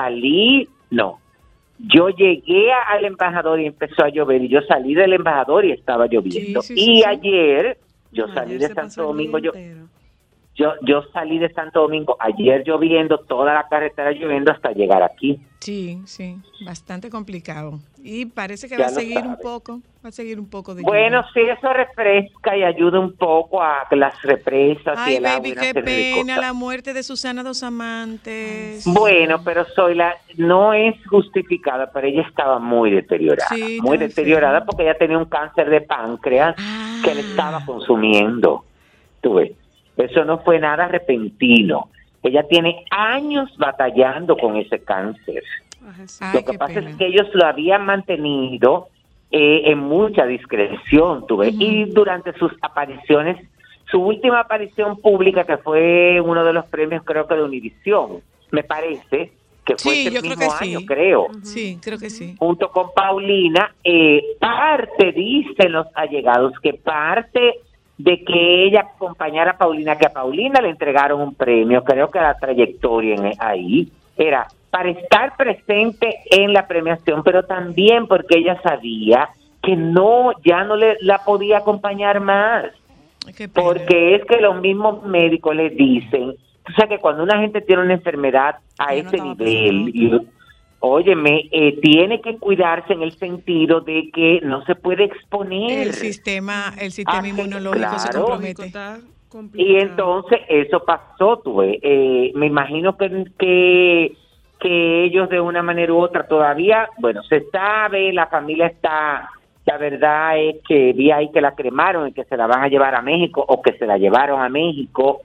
llegué al embajador y empezó a llover, y yo salí del embajador y estaba lloviendo. Ayer yo salí de Santo Domingo, Yo salí de Santo Domingo ayer lloviendo, toda la carretera lloviendo hasta llegar aquí. Sí, bastante complicado. Y parece que va a seguir un poco de lluvia. Bueno, sí, eso refresca y ayuda un poco a las represas. Ay, y el baby, agua, qué pena la muerte de Susana Dos Amantes. Bueno, pero no es justificada, pero ella estaba muy deteriorada. Sí, muy deteriorada enferma. Porque ella tenía un cáncer de páncreas que le estaba consumiendo. Tú ves, eso no fue nada repentino. Ella tiene años batallando con ese cáncer. Lo que pasa es que ellos lo habían mantenido en mucha discreción, tú ves, y durante sus apariciones, su última aparición pública, que fue uno de los premios, creo que de Univisión, me parece, que fue ese mismo año, creo. Sí, creo que sí. Junto con Paulina, dicen los allegados, que parte de que ella acompañara a Paulina, que a Paulina le entregaron un premio, creo que la trayectoria ahí era para estar presente en la premiación, pero también porque ella sabía que ya no la podía acompañar más, porque es que los mismos médicos le dicen, o sea, que cuando una gente tiene una enfermedad a ese nivel, óyeme, tiene que cuidarse en el sentido de que no se puede exponer. El sistema inmunológico se compromete. Y entonces eso pasó, me imagino que ellos de una manera u otra todavía, bueno, se sabe, la familia está, la verdad es que vi ahí que la cremaron y que se la van a llevar a México o que se la llevaron a México.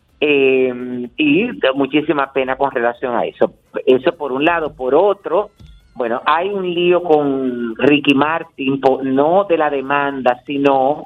Y muchísima pena con relación a eso por un lado. Por otro, bueno, hay un lío con Ricky Martin, no de la demanda, sino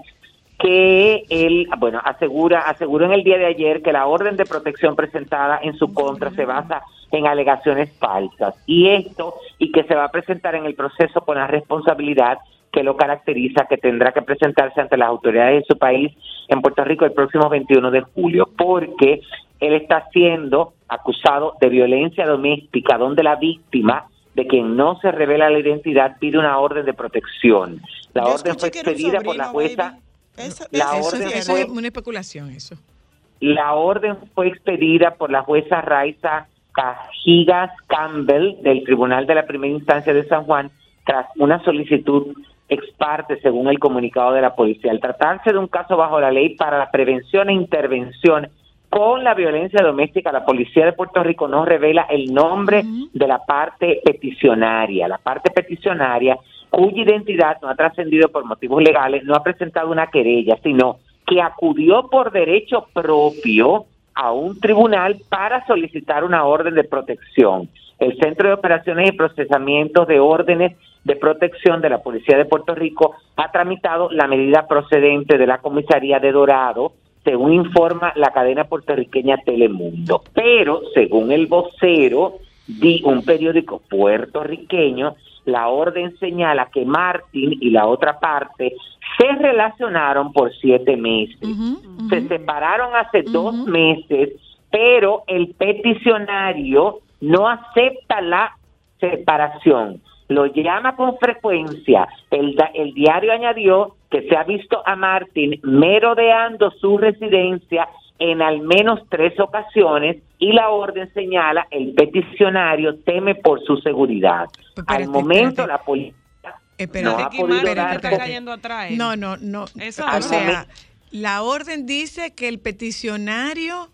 que él, bueno, aseguró en el día de ayer que la orden de protección presentada en su contra se basa en alegaciones falsas, y que se va a presentar en el proceso con la responsabilidad que lo caracteriza, que tendrá que presentarse ante las autoridades de su país en Puerto Rico el próximo 21 de julio, porque él está siendo acusado de violencia doméstica, donde la víctima, de quien no se revela la identidad, pide una orden de protección. La orden fue expedida por la jueza. Eso es una especulación, eso. La orden fue expedida por la jueza Raiza Cajigas Campbell del Tribunal de la Primera Instancia de San Juan, tras una solicitud ex parte, según el comunicado de la policía. Al tratarse de un caso bajo la ley para la prevención e intervención con la violencia doméstica, la policía de Puerto Rico no revela el nombre de la parte peticionaria. La parte peticionaria, cuya identidad no ha trascendido por motivos legales, no ha presentado una querella, sino que acudió por derecho propio a un tribunal para solicitar una orden de protección. El Centro de Operaciones y Procesamientos de Órdenes de Protección de la Policía de Puerto Rico ha tramitado la medida procedente de la comisaría de Dorado, según informa la cadena puertorriqueña Telemundo. Pero, según el vocero de un periódico puertorriqueño, la orden señala que Martín y la otra parte se relacionaron por 7 meses. Se separaron hace 2 meses, pero el peticionario no acepta la separación. Lo llama con frecuencia. El diario añadió que se ha visto a Martín merodeando su residencia en al menos 3 ocasiones, y la orden señala el peticionario teme por su seguridad. Al momento la policía no ha podido dar No. Eso, o sea, la orden dice que el peticionario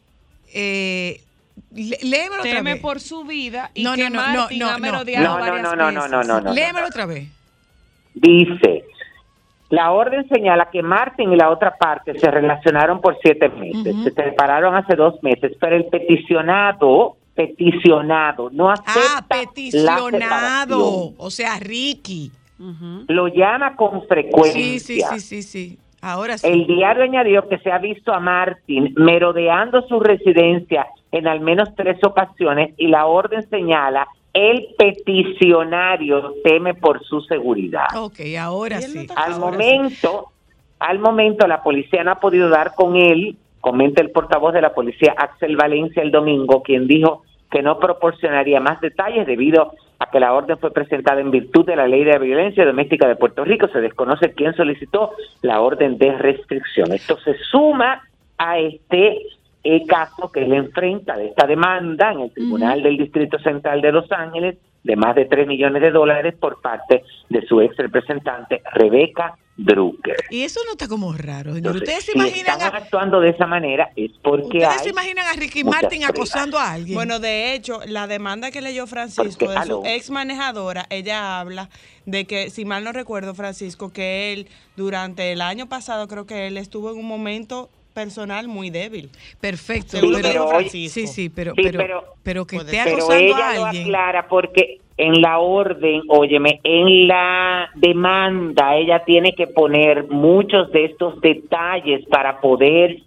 léemelo otra teme vez. por su vida y que Martín ha merodeado varias veces. Léemelo otra vez. Dice, la orden señala que Martín y la otra parte se relacionaron por 7 meses, se separaron hace 2 meses, pero el peticionado no acepta la separación. O sea, Ricky. Lo llama con frecuencia. Sí. Ahora sí. El diario añadió que se ha visto a Martín merodeando su residencia en al menos 3 ocasiones, y la orden señala el peticionario teme por su seguridad. Ok, ahora sí. Al momento la policía no ha podido dar con él, comenta el portavoz de la policía Axel Valencia el domingo, quien dijo que no proporcionaría más detalles debido a que la orden fue presentada en virtud de la Ley de Violencia Doméstica de Puerto Rico. Se desconoce quién solicitó la orden de restricción. Esto se suma a el caso que él enfrenta de esta demanda en el Tribunal del Distrito Central de Los Ángeles de más de $3 millones por parte de su ex representante Rebecca Drucker. Y eso no está como raro, señor. Entonces, ¿Ustedes se si imaginan están actuando de esa manera es porque ¿Ustedes se imaginan a Ricky Martin acosando a alguien? Bueno, de hecho, la demanda que leyó Francisco de su ex manejadora, ella habla de que, si mal no recuerdo, Francisco, que él durante el año pasado, creo que él estuvo en un momento personal muy débil. Perfecto. Sí, pero que esté pero acosando ella a alguien. lo aclara porque en la orden, óyeme, en la demanda ella tiene que poner muchos de estos detalles para poder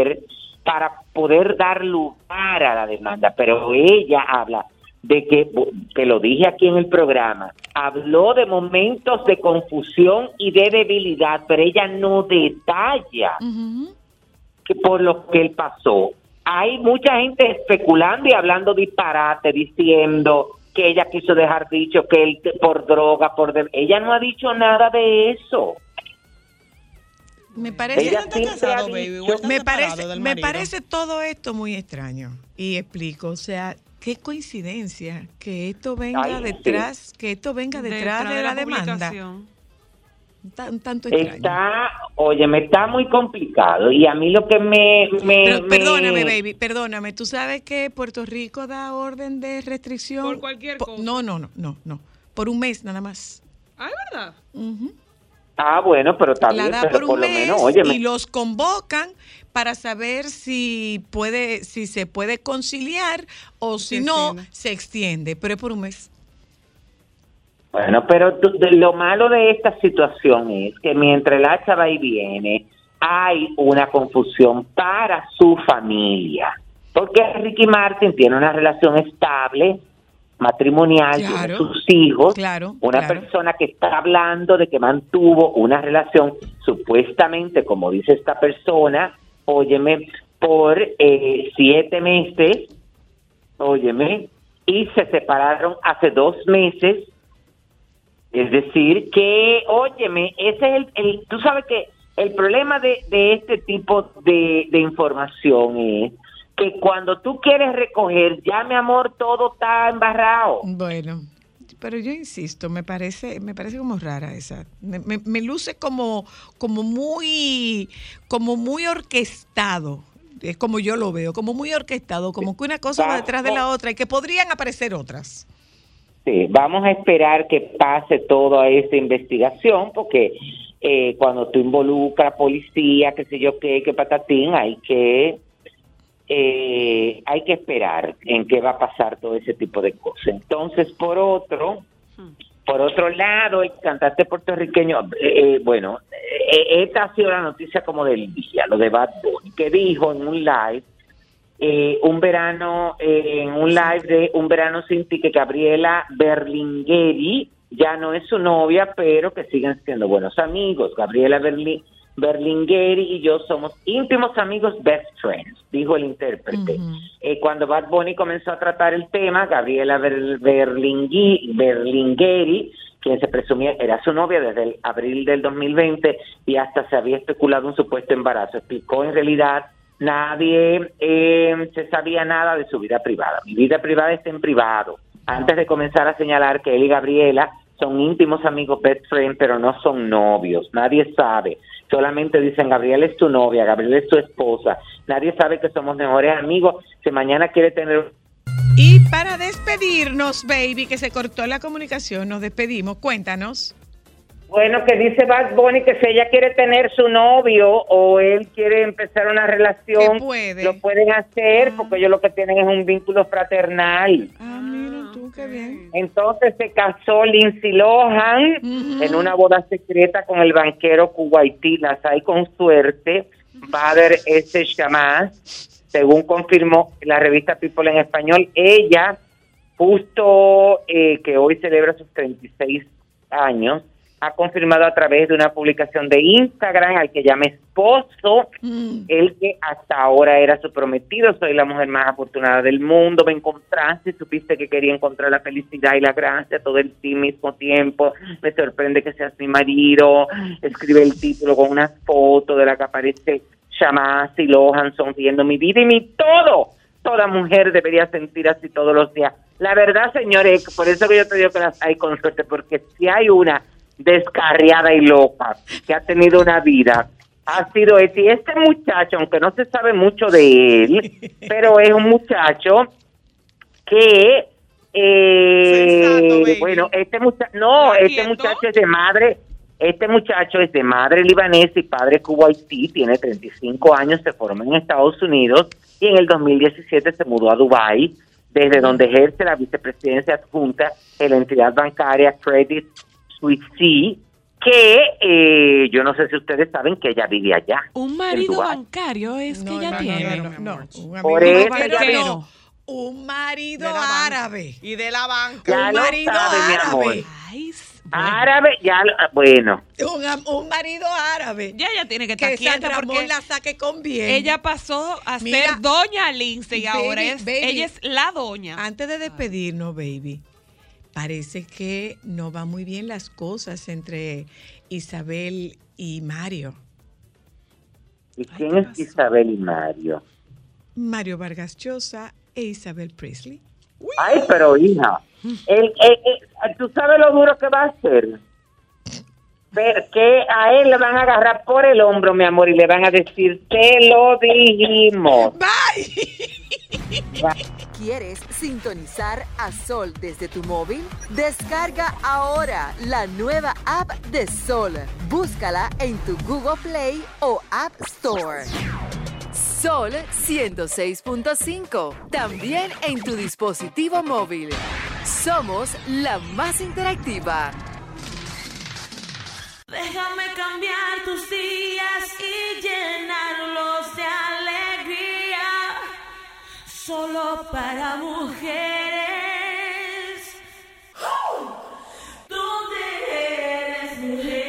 dar lugar a la demanda, pero ella habla de que lo dije aquí en el programa, habló de momentos de confusión y de debilidad, pero ella no detalla que por lo que él pasó. Hay mucha gente especulando y hablando disparate, diciendo que ella quiso dejar dicho que él por droga, ella no ha dicho nada de eso. Me parece todo esto muy extraño. Y explico, o sea, qué coincidencia que esto venga detrás de la demanda. Tanto extraño. Está muy complicado y a mí lo que perdóname, baby, perdóname. ¿Tú sabes que Puerto Rico da orden de restricción? Por cualquier cosa. No. Por un mes nada más. Ah, ¿es verdad? Bueno, pero está bien, da pero por un lo mes, menos, óyeme. y los convocan para saber si se puede conciliar o si no, se extiende, pero es por un mes. Bueno, pero lo malo de esta situación es que mientras el hacha va y viene, hay una confusión para su familia. Porque Ricky Martin tiene una relación estable, matrimonial, tiene sus hijos, una persona que está hablando de que mantuvo una relación supuestamente, como dice esta persona, óyeme, por 7 meses, óyeme, y se separaron hace 2 meses. Es decir, que, óyeme, ese es tú sabes que el problema de este tipo de información es que cuando tú quieres recoger, ya mi amor, todo está embarrado. Bueno, pero yo insisto, me parece como rara esa. Me luce como muy orquestado. Es como yo lo veo, como muy orquestado, como que una cosa va detrás de la otra y que podrían aparecer otras. Sí, vamos a esperar que pase toda esa investigación, porque cuando tú involucras policía, qué sé yo qué patatín, hay que esperar en qué va a pasar todo ese tipo de cosas. Entonces, por otro lado, el cantante puertorriqueño, esta ha sido la noticia como del día, lo de Bad Bunny, que dijo en un live, de Un Verano Sin Ti, que Gabriela Berlingeri ya no es su novia, pero que siguen siendo buenos amigos. Gabriela Berlingeri y yo somos íntimos amigos, best friends, dijo el intérprete. Cuando Bad Bunny comenzó a tratar el tema, Gabriela Berlingeri, quien se presumía era su novia desde el abril del 2020 y hasta se había especulado un supuesto embarazo, explicó: en realidad nadie se sabía nada de su vida privada. Mi vida privada está en privado. Antes de comenzar a señalar que él y Gabriela son íntimos amigos, best friends, pero no son novios. Nadie sabe. Solamente dicen: Gabriela es tu novia, Gabriela es tu esposa. Nadie sabe que somos mejores amigos. Si mañana quiere tener... Y para despedirnos, baby, que se cortó la comunicación, nos despedimos. Cuéntanos. Bueno, que dice Bad Bunny que si ella quiere tener su novio o él quiere empezar una relación, lo pueden hacer, porque ellos lo que tienen es un vínculo fraternal. Mira tú, qué bien. Entonces se casó Lindsay Lohan en una boda secreta con el banquero Kuwaití Nasai, con suerte, Bader S. Shammas, según confirmó la revista People en español. Ella, justo que hoy celebra sus 36 años, ha confirmado a través de una publicación de Instagram al que llama esposo, el que hasta ahora era su prometido. Soy la mujer más afortunada del mundo, me encontraste, supiste que quería encontrar la felicidad y la gracia todo el mismo tiempo, me sorprende que seas mi marido. Escribe el título con una foto de la que aparece Shamasi Lohan sonriendo, mi vida y mi todo. Toda mujer debería sentir así todos los días. La verdad, señores, por eso que yo te digo que las hay con suerte, porque si hay una descarriada y loca que ha tenido una vida, ha sido este. Y este muchacho, aunque no se sabe mucho de él, pero es un muchacho que, bueno, este muchacho es de madre. Este muchacho es de madre libanesa y padre cubo-haití, tiene 35 años, se formó en Estados Unidos y en el 2017 se mudó a Dubái, desde donde ejerce la vicepresidencia adjunta en la entidad bancaria Credit Suisse, que yo no sé si ustedes saben que ella vive allá. Un marido bancario es que ella tiene. No, por eso ella un marido árabe. Y de la banca. Ya un marido árabe. Árabe, ya, bueno. Un marido árabe. Ya ella tiene que estar quieta porque la saque con bien. Ella pasó a ser doña Lindsay y ahora ella es la doña. Antes de despedirnos, baby, parece que no va muy bien las cosas entre Isabel y Mario. ¿Y quién es Isabel y Mario? Mario Vargas Llosa e Isabel Presley. Ay, pero hija, tú sabes lo duro que va a ser. Que a él le van a agarrar por el hombro, mi amor, y le van a decir, te lo dijimos. Bye. ¿Quieres sintonizar a Sol desde tu móvil? Descarga ahora la nueva app de Sol. Búscala en tu Google Play o App Store. Sol 106.5, también en tu dispositivo móvil. Somos la más interactiva. Déjame cambiar tus días y llenarlos de alegría, solo para mujeres. ¿Dónde eres, mujer?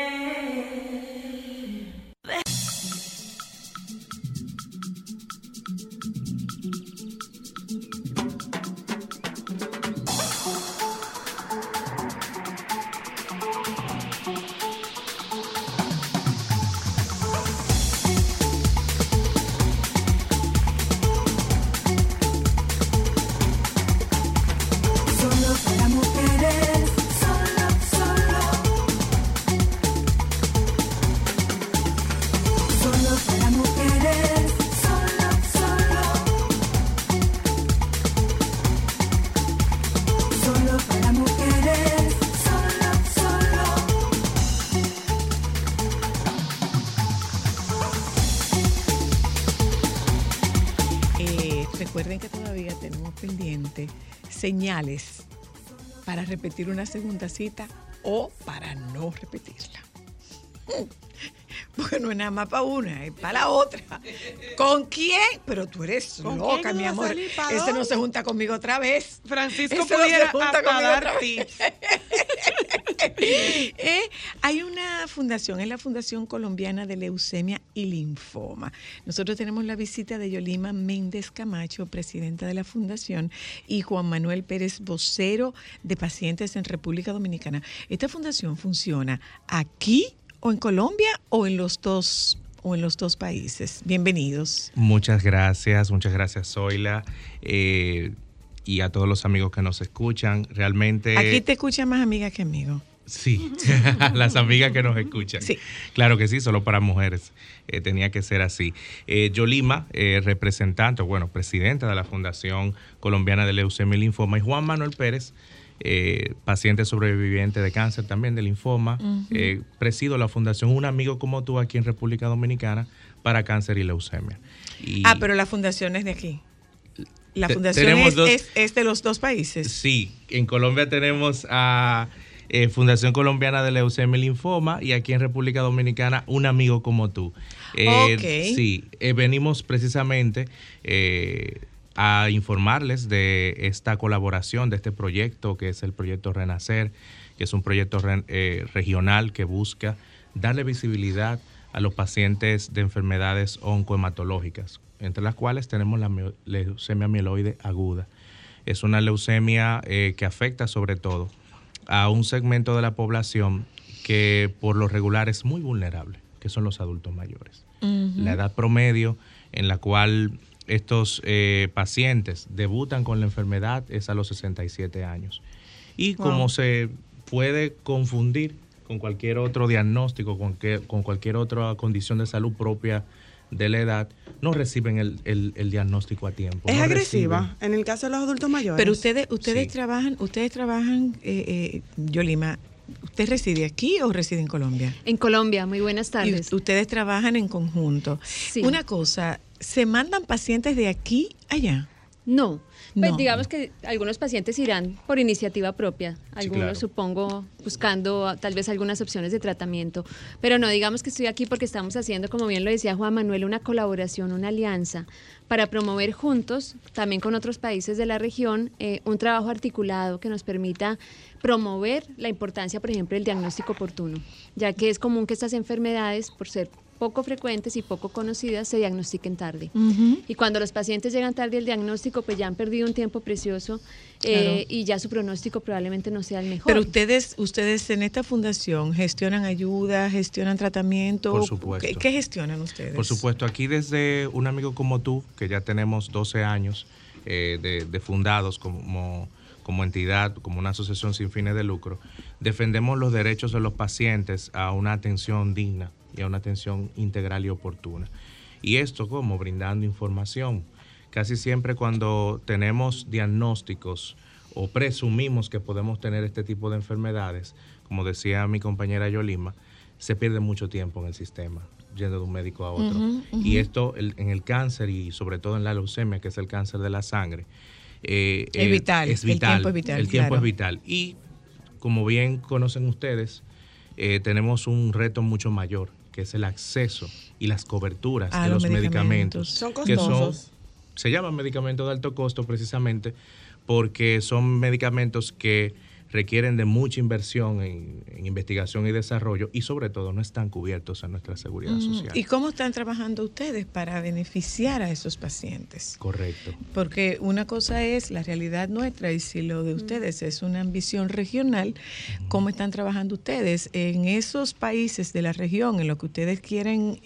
Recuerden que todavía tenemos pendiente señales para repetir una segunda cita o para no repetirla. Porque no es nada más para una, es para la otra. ¿Con quién? Pero tú eres loca, mi amor. Ese no se junta conmigo otra vez. Francisco pudiera hasta dar tips. Hay una fundación, es la Fundación Colombiana de Leucemia y Linfoma. Nosotros tenemos la visita de Yolima Méndez Camacho, presidenta de la fundación, y Juan Manuel Pérez, vocero de pacientes en República Dominicana. Esta fundación funciona aquí o en Colombia o en los dos países. Bienvenidos. Muchas gracias Zoila, y a todos los amigos que nos escuchan. Realmente aquí te escuchan más amigas que amigos. Sí, las amigas que nos escuchan. Sí. Claro que sí, solo para mujeres. Tenía que ser así. Yolima, representante, presidenta de la Fundación Colombiana de Leucemia y Linfoma, y Juan Manuel Pérez, paciente sobreviviente de cáncer también de linfoma. Presido la fundación Un Amigo Como Tú aquí en República Dominicana para cáncer y leucemia. Pero la fundación es de aquí. La fundación es de los dos países. Sí, en Colombia tenemos a Fundación Colombiana de Leucemia y Linfoma, y aquí en República Dominicana Un Amigo Como Tú. Sí, venimos precisamente a informarles de esta colaboración, de este proyecto que es el proyecto Renacer, que es un proyecto regional que busca darle visibilidad a los pacientes de enfermedades oncohematológicas, entre las cuales tenemos la leucemia mieloide aguda. Es una leucemia que afecta sobre todo a un segmento de la población que por lo regular es muy vulnerable, que son los adultos mayores. La edad promedio en la cual estos pacientes debutan con la enfermedad es a los 67 años. Y como se puede confundir con cualquier otro diagnóstico, con cualquier otra condición de salud propia de la edad, no reciben el diagnóstico a tiempo. ¿Es agresiva en el caso de los adultos mayores? Pero ustedes trabajan, Yolima, ¿usted reside aquí o reside en Colombia? En Colombia, muy buenas tardes. Y ustedes trabajan en conjunto. Sí. Una cosa, ¿se mandan pacientes de aquí allá? No. Pues digamos que algunos pacientes irán por iniciativa propia, algunos supongo buscando tal vez algunas opciones de tratamiento, pero no, digamos que estoy aquí porque estamos haciendo, como bien lo decía Juan Manuel, una colaboración, una alianza para promover juntos, también con otros países de la región, un trabajo articulado que nos permita promover la importancia, por ejemplo, del diagnóstico oportuno, ya que es común que estas enfermedades, por ser poco frecuentes y poco conocidas, se diagnostiquen tarde. Y cuando los pacientes llegan tarde al diagnóstico, pues ya han perdido un tiempo precioso y ya su pronóstico probablemente no sea el mejor. Pero ustedes en esta fundación gestionan ayuda, gestionan tratamiento. Por supuesto. ¿Qué gestionan ustedes? Por supuesto, aquí desde Un Amigo Como Tú, que ya tenemos 12 años de fundados como entidad, como una asociación sin fines de lucro, defendemos los derechos de los pacientes a una atención digna y a una atención integral y oportuna. Y esto como brindando información. Casi siempre cuando tenemos diagnósticos o presumimos que podemos tener este tipo de enfermedades, como decía mi compañera Yolima, se pierde mucho tiempo en el sistema, yendo de un médico a otro. Y esto en el cáncer y sobre todo en la leucemia, que es el cáncer de la sangre, es vital. El tiempo es vital. El tiempo claro. es vital. Y como bien conocen ustedes, tenemos un reto mucho mayor, que es el acceso y las coberturas de los medicamentos. Son costosos. Se llaman medicamentos de alto costo precisamente porque son medicamentos que requieren de mucha inversión en investigación y desarrollo y sobre todo no están cubiertos en nuestra seguridad social. ¿Y cómo están trabajando ustedes para beneficiar a esos pacientes? Correcto. Porque una cosa es la realidad nuestra y si lo de ustedes es una ambición regional, ¿cómo están trabajando ustedes en esos países de la región en los que ustedes quieren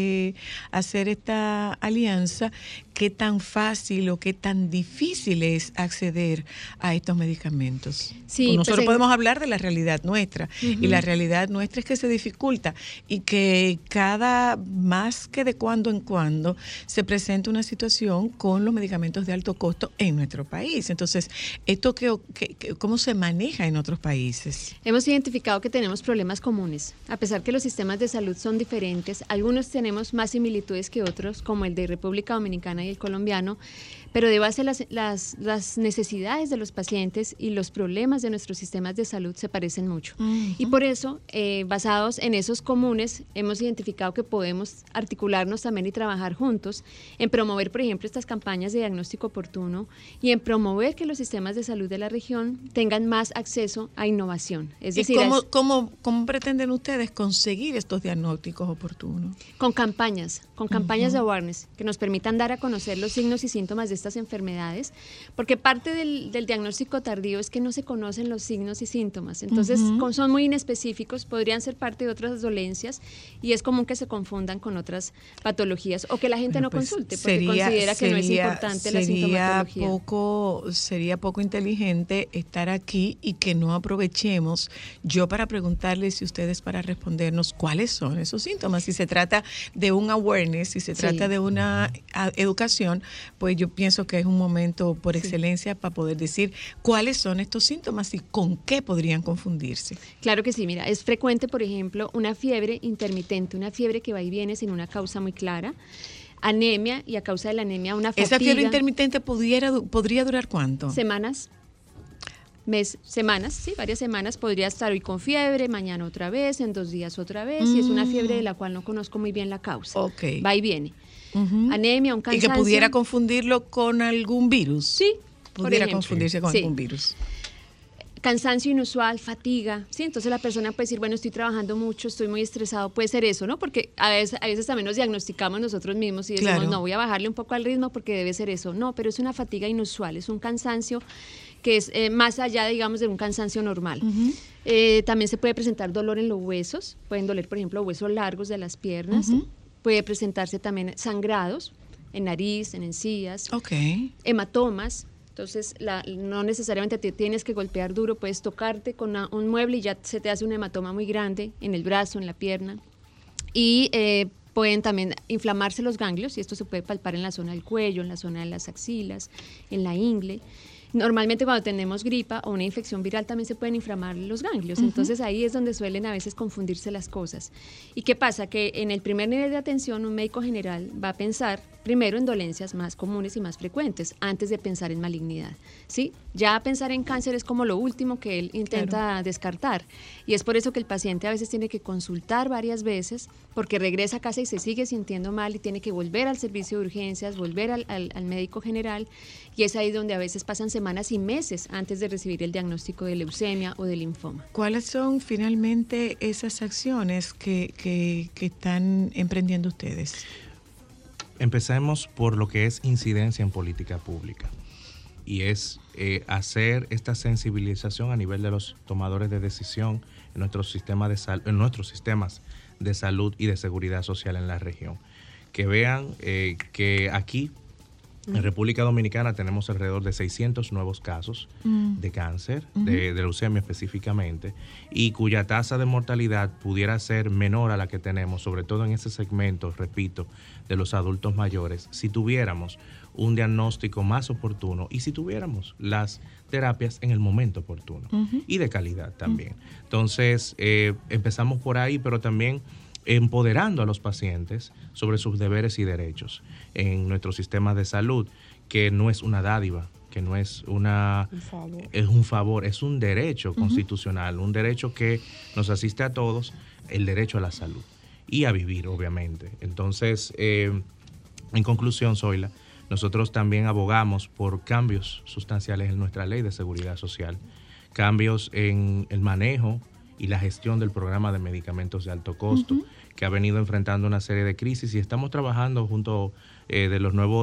hacer esta alianza? ¿Qué tan fácil o qué tan difícil es acceder a estos medicamentos? Sí, nosotros podemos hablar de la realidad nuestra y la realidad nuestra es que se dificulta y que cada más que de cuando en cuando se presenta una situación con los medicamentos de alto costo en nuestro país. Entonces, ¿esto cómo se maneja en otros países? Hemos identificado que tenemos problemas comunes. A pesar que los sistemas de salud son diferentes, algunos tenemos más similitudes que otros, como el de República Dominicana y el colombiano, pero de base las necesidades de los pacientes y los problemas de nuestros sistemas de salud se parecen mucho. Y por eso, basados en esos comunes, hemos identificado que podemos articularnos también y trabajar juntos en promover, por ejemplo, estas campañas de diagnóstico oportuno y en promover que los sistemas de salud de la región tengan más acceso a innovación. Es decir, ¿Cómo pretenden ustedes conseguir estos diagnósticos oportunos? Con campañas de awareness que nos permitan dar a conocer los signos y síntomas de estas enfermedades, porque parte del diagnóstico tardío es que no se conocen los signos y síntomas, entonces son muy inespecíficos, podrían ser parte de otras dolencias y es común que se confundan con otras patologías o que la gente no consulte porque considera que no es importante la sintomatología. Sería poco inteligente estar aquí y que no aprovechemos yo para preguntarles y ustedes para respondernos cuáles son esos síntomas. Si se trata de un awareness, si se trata de una educación, pues yo pienso que es un momento por excelencia para poder decir cuáles son estos síntomas y con qué podrían confundirse. Claro que sí, mira, es frecuente, por ejemplo, una fiebre intermitente, una fiebre que va y viene sin una causa muy clara, anemia y a causa de la anemia una fatiga. ¿Esa fiebre intermitente podría durar cuánto? Semanas, varias semanas, podría estar hoy con fiebre, mañana otra vez, en 2 días otra vez, y es una fiebre de la cual no conozco muy bien la causa. Va y viene. Anemia, un cansancio. ¿Y que pudiera confundirlo con algún virus? Sí. Pudiera confundirse con algún virus. Cansancio inusual, fatiga, ¿sí? Entonces la persona puede decir, bueno, estoy trabajando mucho, estoy muy estresado, puede ser eso, ¿no? Porque a veces también nos diagnosticamos nosotros mismos y decimos, no, voy a bajarle un poco al ritmo porque debe ser eso. No, pero es una fatiga inusual, es un cansancio que es más allá, digamos, de un cansancio normal. También se puede presentar dolor en los huesos, pueden doler, por ejemplo, huesos largos de las piernas, puede presentarse también sangrados en nariz, en encías, hematomas. Entonces, no necesariamente te tienes que golpear duro, puedes tocarte con un mueble y ya se te hace un hematoma muy grande en el brazo, en la pierna. Y pueden también inflamarse los ganglios, y esto se puede palpar en la zona del cuello, en la zona de las axilas, en la ingle. Normalmente cuando tenemos gripa o una infección viral también se pueden inflamar los ganglios, entonces ahí es donde suelen a veces confundirse las cosas. ¿Y qué pasa? Que en el primer nivel de atención un médico general va a pensar primero en dolencias más comunes y más frecuentes antes de pensar en malignidad, ¿sí? Ya pensar en cáncer es como lo último que él intenta descartar, y es por eso que el paciente a veces tiene que consultar varias veces porque regresa a casa y se sigue sintiendo mal y tiene que volver al servicio de urgencias, volver al médico general, y es ahí donde a veces pasan semanas y meses antes de recibir el diagnóstico de leucemia o de linfoma. ¿Cuáles son finalmente esas acciones que están emprendiendo ustedes? Empecemos por lo que es incidencia en política pública, y es hacer esta sensibilización a nivel de los tomadores de decisión en nuestros sistemas de salud y de seguridad social en la región. Que vean que aquí en República Dominicana tenemos alrededor de 600 nuevos casos de cáncer, de leucemia específicamente, y cuya tasa de mortalidad pudiera ser menor a la que tenemos, sobre todo en ese segmento, repito, de los adultos mayores, si tuviéramos un diagnóstico más oportuno y si tuviéramos las terapias en el momento oportuno y de calidad también. Entonces, empezamos por ahí, pero también empoderando a los pacientes sobre sus deberes y derechos en nuestro sistema de salud, que no es una dádiva, que no es un favor, es un derecho constitucional, un derecho que nos asiste a todos, el derecho a la salud y a vivir, obviamente. Entonces, en conclusión, Zoila, nosotros también abogamos por cambios sustanciales en nuestra ley de seguridad social, cambios en el manejo y la gestión del programa de medicamentos de alto costo, que ha venido enfrentando una serie de crisis, y estamos trabajando junto de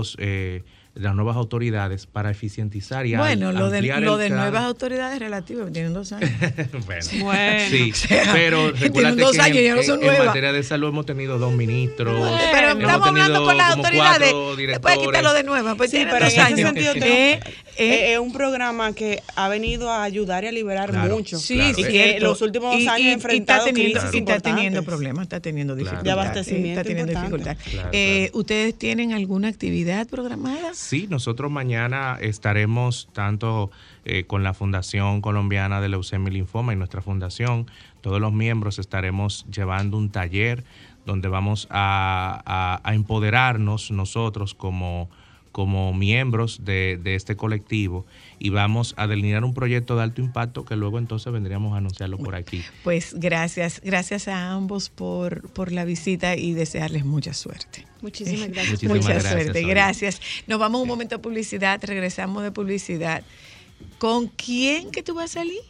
las nuevas autoridades para eficientizar y ampliar lo de nuevas autoridades relativo, tienen 2 años. bueno, sí, pero recuérdate que en materia de salud hemos tenido 2 ministros, pero estamos hablando con las autoridades, después quitarlo de nuevo, pues sí, pero en ese sentido es un programa que ha venido a ayudar y a liberar mucho. Sí, y que en los últimos años ha enfrentado crisis importantes. Está teniendo problemas, está teniendo dificultades. De abastecimiento importante. ¿Ustedes tienen alguna actividad programada? Sí, nosotros mañana estaremos tanto con la Fundación Colombiana de Leucemia y Linfoma y nuestra fundación, todos los miembros estaremos llevando un taller donde vamos a empoderarnos nosotros como miembros de este colectivo, y vamos a delinear un proyecto de alto impacto que luego entonces vendríamos a anunciarlo por aquí. Pues gracias a ambos por la visita y desearles mucha suerte. Muchísimas gracias. Mucha suerte, gracias. Nos vamos a un momento de publicidad, regresamos de publicidad. ¿Con quién que tú vas a salir?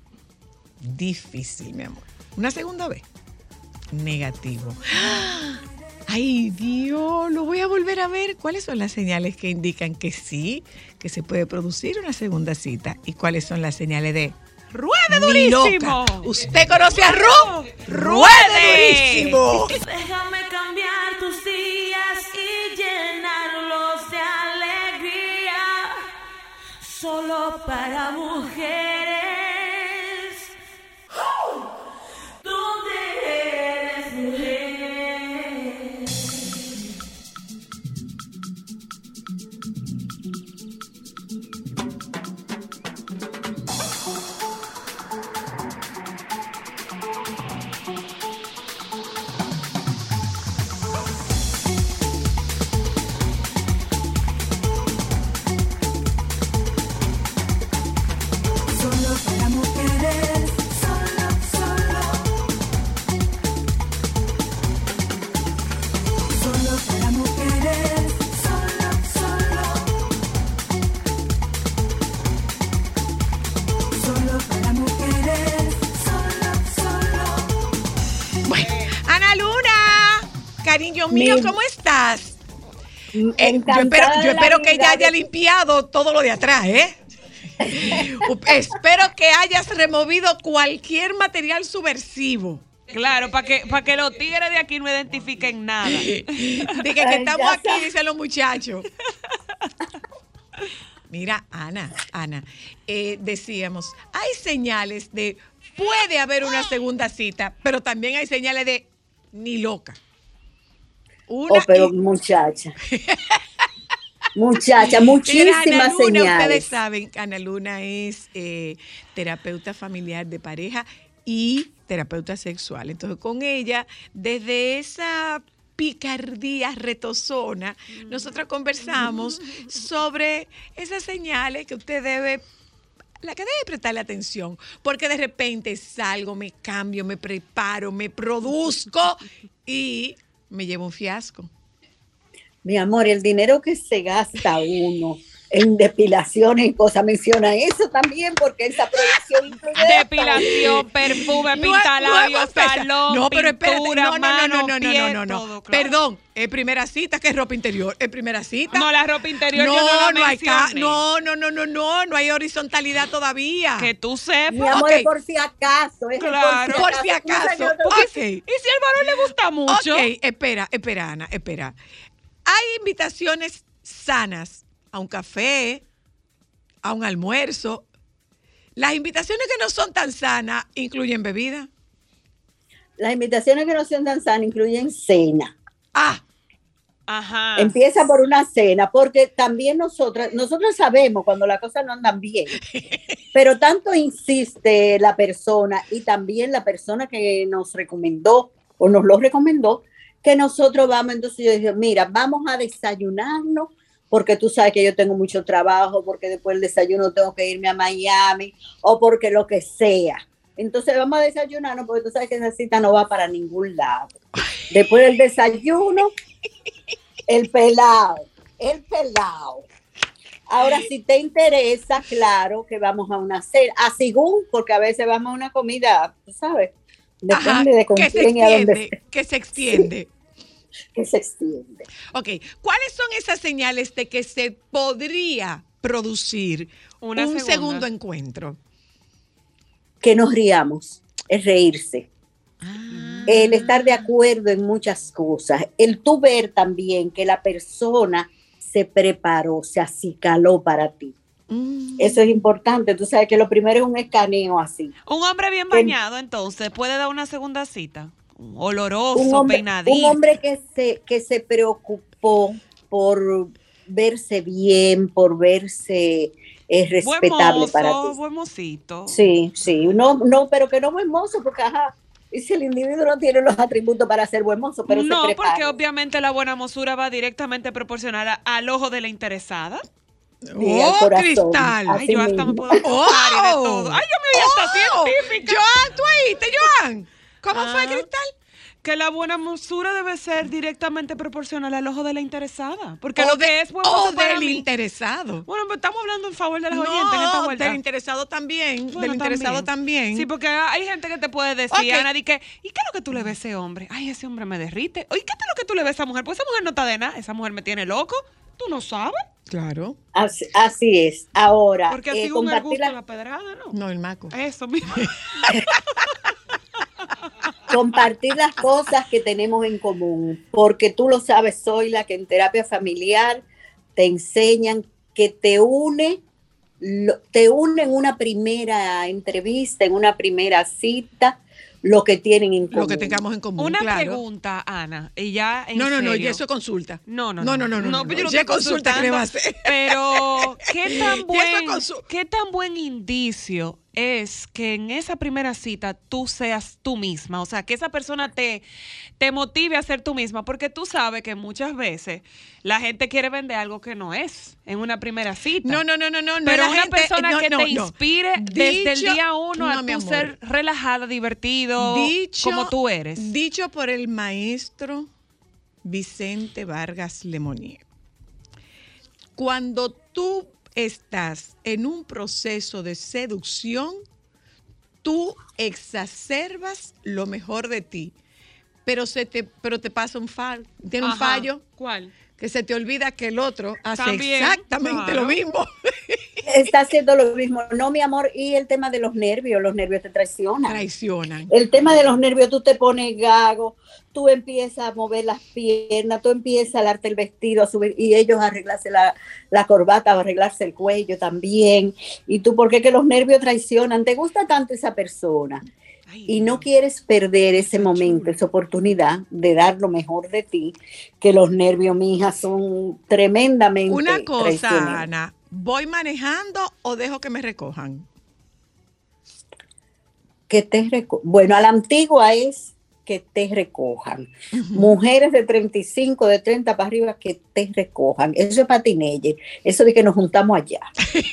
Difícil, mi amor. ¿Una segunda vez? Negativo. Ay, Dios, lo voy a volver a ver. ¿Cuáles son las señales que indican que sí, que se puede producir una segunda cita? ¿Y cuáles son las señales de ruede durísimo? ¿Usted conoce a Ru? ¡Ruede durísimo! Déjame cambiar tus días y llenarlos de alegría. Solo para mujeres. ¿Dónde eres mujer? Cariño mío, ¿cómo estás? Yo espero que ella haya limpiado todo lo de atrás, ¿eh? Espero que hayas removido cualquier material subversivo. Claro, para que los tigres de aquí no identifiquen nada. Dije que estamos aquí, dicen los muchachos. Mira, Ana, decíamos, hay señales de puede haber una segunda cita, pero también hay señales de ni loca. Pero muchacha. Muchísimas señales. Ustedes saben, Ana Luna es terapeuta familiar de pareja y terapeuta sexual. Entonces, con ella, desde esa picardía retozona, nosotros conversamos sobre esas señales que usted debe prestarle atención, porque de repente salgo, me cambio, me preparo, me produzco y me llevo un fiasco. Mi amor, el dinero que se gasta uno en depilaciones y cosas, menciona eso también, porque esa producción incluye depilación, perfume, pintalabios, salón, pintura, no. Perdón, es primera cita, que es ropa interior. Es primera cita. No, la ropa interior yo no la mencioné. No hay horizontalidad todavía. Que tú sepas. Mi amor, es por si acaso. Claro. Por si acaso. ¿Y si el varón le gusta mucho? Ok, espera, Ana, espera. Hay invitaciones sanas a un café, a un almuerzo. Las invitaciones que no son tan sanas incluyen bebida. Las invitaciones que no son tan sanas incluyen cena. Ajá. Empieza por una cena, porque también nosotros sabemos cuando las cosas no andan bien, pero tanto insiste la persona y también la persona que nos recomendó o nos lo recomendó, que nosotros vamos. Entonces yo dije, mira, vamos a desayunarnos, porque tú sabes que yo tengo mucho trabajo, porque después del desayuno tengo que irme a Miami, o porque lo que sea. Entonces vamos a desayunarnos, porque tú sabes que esa cita no va para ningún lado. Después del desayuno, el pelado. Ahora, si te interesa, claro que vamos a una cena, según, porque a veces vamos a una comida, tú sabes, depende de con quién y a dónde. Que se extiende. Que se extiende. Ok, ¿cuáles son esas señales de que se podría producir un segundo encuentro? Que nos riamos, es reírse. El estar de acuerdo en muchas cosas. El tú ver también que la persona se preparó, se acicaló para ti. Eso es importante. Tú sabes que lo primero es un escaneo así. Un hombre bien bañado, entonces, ¿puede dar una segunda cita? Oloroso, peinadito. Un hombre que se preocupó por verse bien, por verse respetable para ti. Buen mocito. Sí. No, pero que no buen mozo, porque y si el individuo no tiene los atributos para ser buen mozo, pero no, se prepara. Porque obviamente la buena mozura va directamente proporcionada al ojo de la interesada. Cristal. Ay, yo hasta me puedo acostar y de todo. Ay, yo me voy hasta científica. Joan, tú oíste, Joan. ¿Cómo fue, Cristal? Que la buena mozura debe ser directamente proporcional al ojo de la interesada. Porque lo que es buen mozo para del mí, interesado. Bueno, pues estamos hablando en favor de las oyentes en esta vuelta. Del interesado también. Bueno, del interesado también. Sí, porque hay gente que te puede decir, Ana, ¿y qué es lo que tú le ves a ese hombre? Ay, ese hombre me derrite. ¿Y qué es lo que tú le ves a esa mujer? Pues esa mujer no está de nada. Esa mujer me tiene loco. ¿Tú no sabes? Claro. Así es. Ahora, porque así un el gusto la pedrada, ¿no? No, el maco. Eso mismo. Compartir las cosas que tenemos en común, porque tú lo sabes, Zoila, que en terapia familiar te enseñan que te une en una primera entrevista, en una primera cita, lo que tienen en común. Lo que tengamos en común, Una pregunta, Ana, y ya en No, serio. y eso es consulta. No, ya consulta que le va a hacer. Pero, ¿qué tan buen indicio es que en esa primera cita tú seas tú misma? O sea, que esa persona te motive a ser tú misma, porque tú sabes que muchas veces la gente quiere vender algo que no es en una primera cita. No. Pero una persona que te inspire desde el día uno a tú ser relajada, divertido, como tú eres. Dicho por el maestro Vicente Vargas Lemonnier. Cuando tú estás en un proceso de seducción, tú exacerbas lo mejor de ti, pero te pasa un fallo. ¿Tiene un fallo? ¿Cuál? Que se te olvida que el otro hace exactamente lo mismo. Está haciendo lo mismo. No, mi amor, y el tema de los nervios te traicionan. El tema de los nervios, tú te pones gago, tú empiezas a mover las piernas, tú empiezas a darte el vestido, a subir, y ellos a arreglarse la corbata, a arreglarse el cuello también. Y tú, ¿por qué que los nervios traicionan? Te gusta tanto esa persona y no quieres perder ese momento, esa oportunidad de dar lo mejor de ti, que los nervios, mija, son tremendamente Una cosa, traicioneros. Ana, ¿voy manejando o dejo que me recojan? Bueno, a la antigua es que te recojan. Mujeres de 35, de 30 para arriba, que te recojan. Eso es patinelle. Eso de que nos juntamos allá.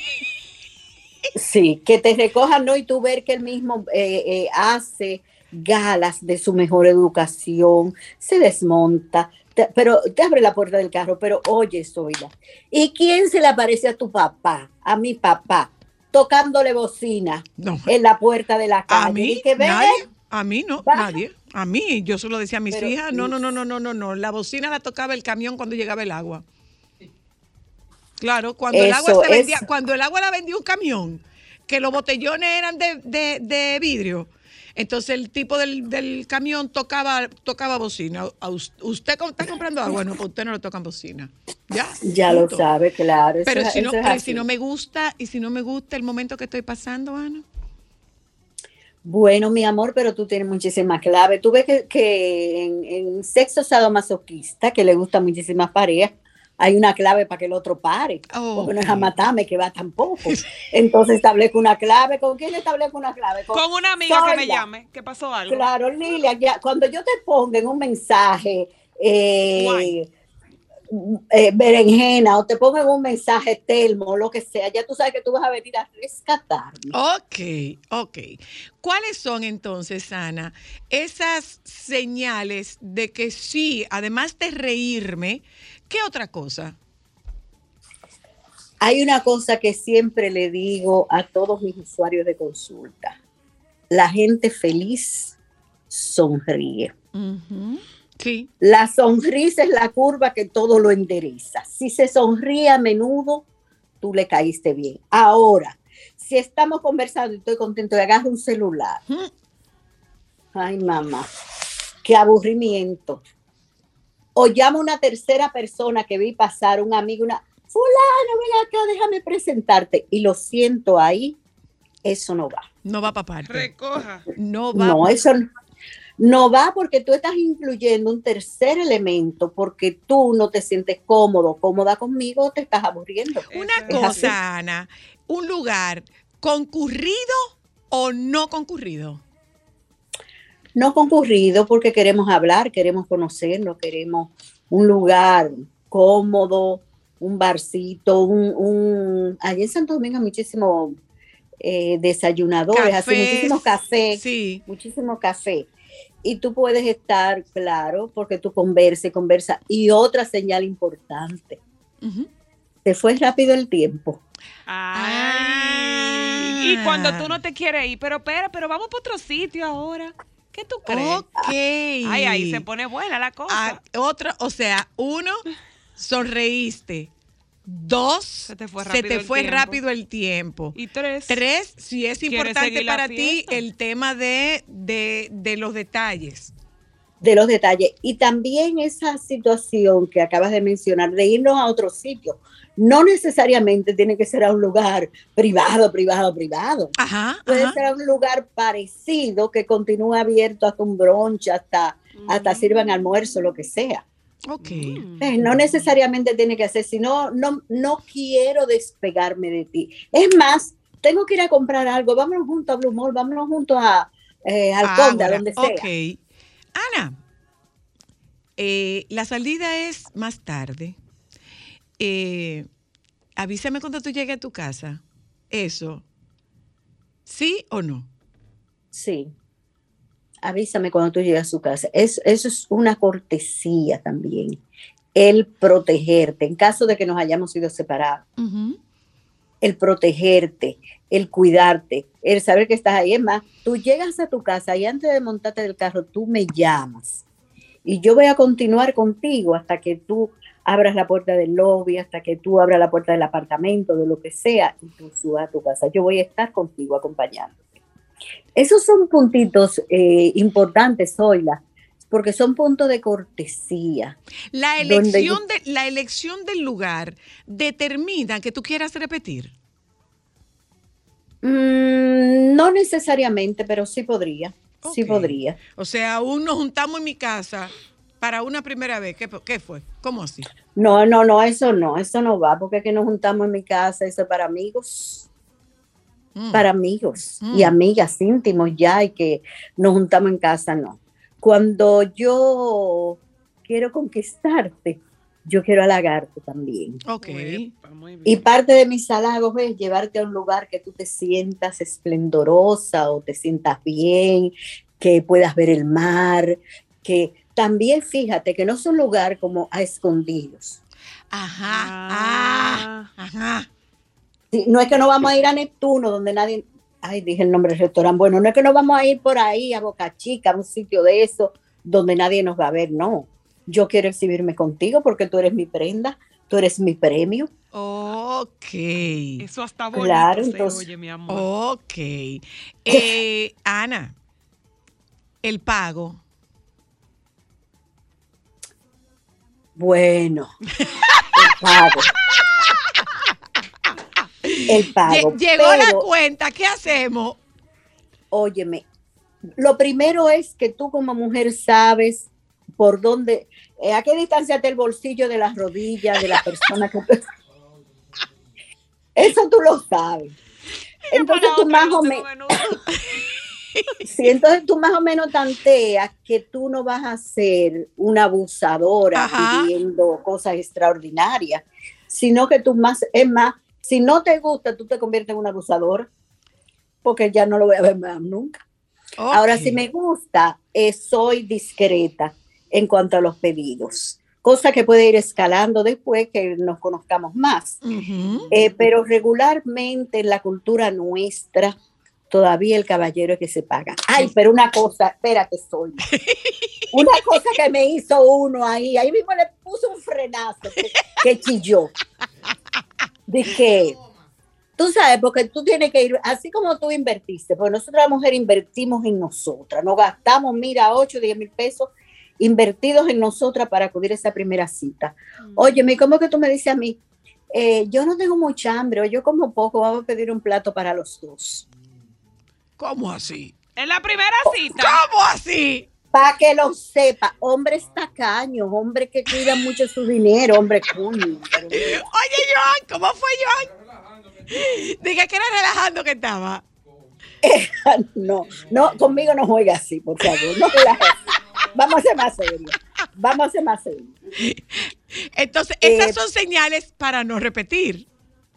Sí, que te recojan, ¿no? Y tú ver que él mismo hace galas de su mejor educación, se desmonta, pero te abre la puerta del carro, pero oye, Zoila, ¿y quién se le aparece a tu papá, a mi papá, tocándole bocina en la puerta de la calle? A mí, ¿Y que nadie. A mí no, nadie. A mí, yo solo decía a mis hijas, no. La bocina la tocaba el camión cuando llegaba el agua. Claro, cuando el agua se vendía, cuando el agua la vendía un camión, que los botellones eran de vidrio, entonces el tipo del camión tocaba bocina. ¿Usted está comprando agua? No, pues usted no le tocan bocina. Ya lo sabe, claro. Pero si no me gusta, y si no me gusta el momento que estoy pasando, Ana. Bueno, mi amor, pero tú tienes muchísimas claves. Tú ves que en sexo sadomasoquista, que le gusta muchísimas parejas, hay una clave para que el otro pare, porque no es a matarme que va tampoco. Entonces establezco una clave. ¿Con quién establezco una clave? Con una amiga que me llame, que pasó algo. Claro, Lilia, ya, cuando yo te ponga en un mensaje berenjena, o te pongo en un mensaje Telmo, lo que sea, ya tú sabes que tú vas a venir a rescatarme. Ok. ¿Cuáles son entonces, Ana, esas señales de que sí, además de reírme, ¿qué otra cosa? Hay una cosa que siempre le digo a todos mis usuarios de consulta. La gente feliz sonríe. Sí. La sonrisa es la curva que todo lo endereza. Si se sonríe a menudo, tú le caíste bien. Ahora, si estamos conversando y estoy contento y agarro un celular. Ay, mamá, qué aburrimiento. O llamo a una tercera persona que vi pasar, un amigo, fulano, ven acá, déjame presentarte. Y lo siento ahí, eso no va. No va para parte. Recoja. No va. No, eso no va, porque tú estás incluyendo un tercer elemento, porque tú no te sientes cómoda conmigo, te estás aburriendo. Una cosa, Ana, un lugar concurrido o no concurrido. No concurrido porque queremos hablar, queremos conocernos, queremos un lugar cómodo, un barcito, allí en Santo Domingo hay muchísimos desayunadores, así, muchísimos cafés, sí. Muchísimo café. Y tú puedes estar, claro, porque tú conversas. Y otra señal importante, te fue rápido el tiempo. Ay. Y cuando tú no te quieres ir, pero vamos para otro sitio ahora. ¿Qué tú crees? Ok. Ay, ahí se pone buena la cosa. Uno, sonreíste. Dos, se te fue rápido el tiempo. Y tres, si es importante para ti el tema de los detalles. De los detalles. Y también esa situación que acabas de mencionar, de irnos a otro sitio. No necesariamente tiene que ser a un lugar privado. Puede ser a un lugar parecido que continúe abierto hasta un brunch, hasta sirvan almuerzo, lo que sea. Ok. No necesariamente tiene que hacer, sino no quiero despegarme de ti. Es más, tengo que ir a comprar algo, vámonos juntos a Blue Mall, vámonos juntos a al Conde, a donde sea. Ok. Ana, la salida es más tarde. Avísame cuando tú llegues a tu casa. Eso. ¿Sí o no? Sí. Avísame cuando tú llegas a su casa. Eso es una cortesía también. El protegerte, en caso de que nos hayamos sido separados. El protegerte, el cuidarte, el saber que estás ahí. Es más, tú llegas a tu casa y antes de montarte del carro, tú me llamas. Y yo voy a continuar contigo hasta que tú abras la puerta del lobby, hasta que tú abras la puerta del apartamento, de lo que sea, y tú subas a tu casa. Yo voy a estar contigo acompañándote. Esos son puntitos importantes, Zoila, porque son puntos de cortesía. La elección del lugar determina que tú quieras repetir. No necesariamente, pero sí podría. Okay. Sí podría. O sea, aún nos juntamos en mi casa para una primera vez. ¿Qué fue? ¿Cómo así? No, eso no va, porque es que nos juntamos en mi casa, eso es para amigos. Para amigos y amigas íntimos ya, y que nos juntamos en casa, no. Cuando yo quiero conquistarte, yo quiero halagarte también. Ok. Y parte de mis halagos es llevarte a un lugar que tú te sientas esplendorosa o te sientas bien, que puedas ver el mar, que también fíjate que no es un lugar como a escondidos. Ajá. Sí, no es que no vamos a ir a Neptuno, donde nadie... Ay, dije el nombre del restaurante. Bueno, no es que no vamos a ir por ahí a Boca Chica, a un sitio de eso, donde nadie nos va a ver, no. Yo quiero exhibirme contigo porque tú eres mi prenda, tú eres mi premio. Ok. Eso hasta bonito claro, se entonces, oye, mi amor. Ok. Ana, el pago. Bueno, el pago. El pago. Llegó la cuenta, ¿qué hacemos? Óyeme, lo primero es que tú como mujer sabes por dónde, a qué distancia está el bolsillo de las rodillas de la persona que tú... Eso tú lo sabes. Entonces tú más o menos... Sí, entonces tú más o menos tanteas que tú no vas a ser una abusadora pidiendo cosas extraordinarias, sino que tú es más, si no te gusta, tú te conviertes en una abusadora, porque ya no lo voy a ver más nunca. Okay. Ahora, si me gusta, soy discreta en cuanto a los pedidos, cosa que puede ir escalando después que nos conozcamos más. Pero regularmente en la cultura nuestra, todavía el caballero es que se paga. Ay, pero una cosa, espérate, soy. Una cosa que me hizo uno ahí mismo le puso un frenazo que chilló. Dije, tú sabes, porque tú tienes que ir, así como tú invertiste, porque nosotros las mujeres invertimos en nosotras, nos gastamos, 8, 10 mil pesos invertidos en nosotras para acudir a esa primera cita. Óyeme, ¿cómo que tú me dices a mí? Yo no tengo mucha hambre, o yo como poco, vamos a pedir un plato para los dos. ¿Cómo así? En la primera cita. ¿Cómo así? Para que lo sepa, hombres tacaños, hombres que cuidan mucho su dinero, hombre coño. Oye, Joan, ¿cómo fue, Joan? Dije que era relajando que estaba. No, conmigo no juega así, por favor. No vamos a ser más serios. Entonces, esas son señales para no repetir.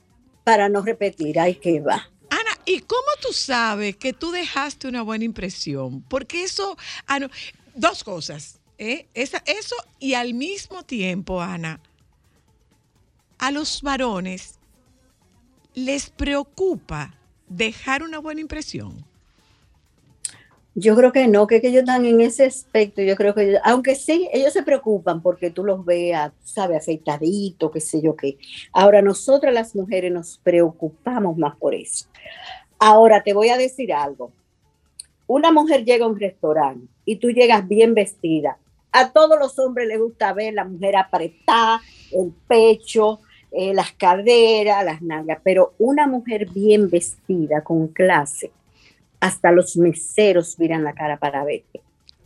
Ay, que va. Ana, ¿y cómo tú sabes que tú dejaste una buena impresión? Porque eso, dos cosas, eso y al mismo tiempo, Ana, a los varones les preocupa dejar una buena impresión. Yo creo que no, que ellos están en ese aspecto, yo creo que aunque sí, ellos se preocupan porque tú los veas, sabes, afeitaditos, qué sé yo qué. Ahora, nosotras las mujeres nos preocupamos más por eso. Ahora, te voy a decir algo. Una mujer llega a un restaurante y tú llegas bien vestida. A todos los hombres les gusta ver la mujer apretada, el pecho, las caderas, las nalgas, pero una mujer bien vestida, con clase, hasta los meseros miran la cara para verte.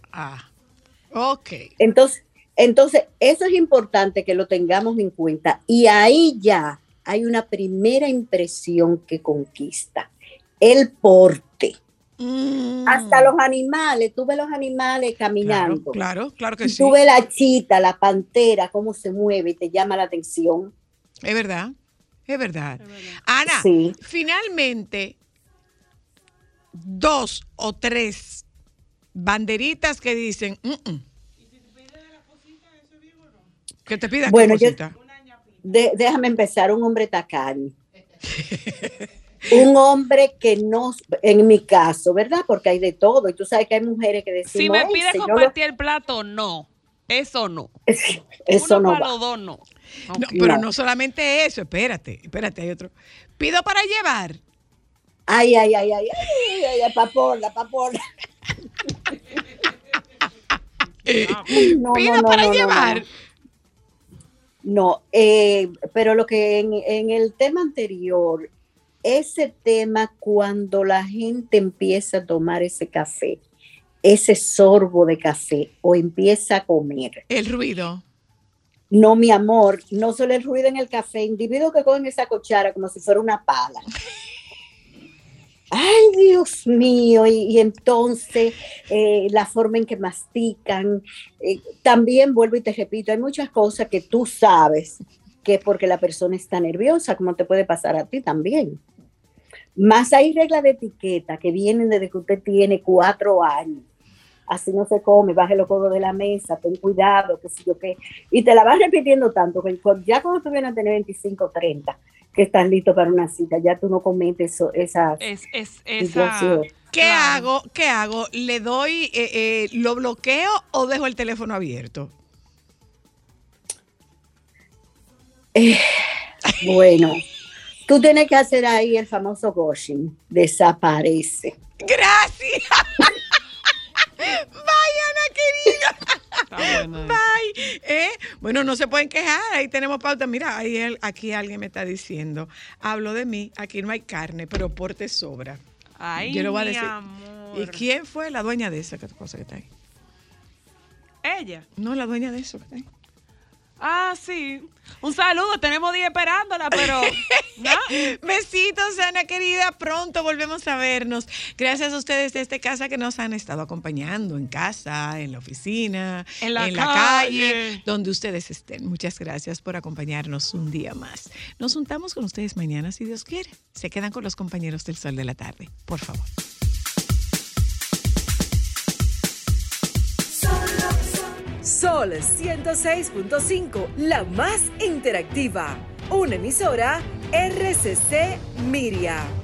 Ok. Entonces, eso es importante que lo tengamos en cuenta. Y ahí ya hay una primera impresión que conquista. El porte. Hasta los animales, tú ves los animales caminando. Claro que sí. Tú ves la chita, la pantera, cómo se mueve y te llama la atención. Es verdad. Ana, sí. Finalmente, 2 o 3 banderitas que dicen, ¿Y si te pide la cosita, eso es bien o no? ¿Que te pida qué cosita? Déjame empezar, un hombre tacaño. Un hombre que no, en mi caso, ¿verdad? Porque hay de todo, y tú sabes que hay mujeres que decimos... Si me pide compartir el plato, no. Eso no. Eso uno no para va. los dos no. No, Okay. pero no solamente eso, espérate, hay otro. Pido para llevar. Ay, paporla. Pido para llevar. No, pero lo que en el tema anterior, ese tema cuando la gente empieza a tomar ese café, ese sorbo de café o empieza a comer. El ruido. No, mi amor, no solo el ruido en el café, individuos que cogen esa cuchara como si fuera una pala. Ay, Dios mío, y entonces la forma en que mastican, también vuelvo y te repito, hay muchas cosas que tú sabes que es porque la persona está nerviosa, como te puede pasar a ti también. Más hay reglas de etiqueta que vienen desde que usted tiene 4 años. Así no se come, baje los codos de la mesa, ten cuidado, qué sé yo qué. Y te la vas repitiendo tanto que ya cuando tú vienes a tener 25, 30, que estás listo para una cita, ya tú no cometes esas situaciones. ¿Qué hago? ¿Le doy, lo bloqueo o dejo el teléfono abierto? Bueno, tú tienes que hacer ahí el famoso ghosting, desaparece. Gracias. Bye, Ana querida. Bye. Bueno, no se pueden quejar, ahí tenemos pauta. Mira, aquí alguien me está diciendo, hablo de mí, aquí no hay carne, pero porte sobra. Ay, yo lo voy a decir. amor. ¿Y quién fue la dueña de esa cosa que está ahí? Ella. No, la dueña de eso que está ahí. Ah, sí. Un saludo, tenemos 10 esperándola, pero ¿no? Besitos, Ana querida. Pronto volvemos a vernos. Gracias a ustedes desde casa que nos han estado acompañando en casa, en la oficina, en la calle, donde ustedes estén. Muchas gracias por acompañarnos un día más. Nos juntamos con ustedes mañana, si Dios quiere. Se quedan con los compañeros del Sol de la Tarde, por favor. Sol 106.5, la más interactiva. Una emisora RCC Miria.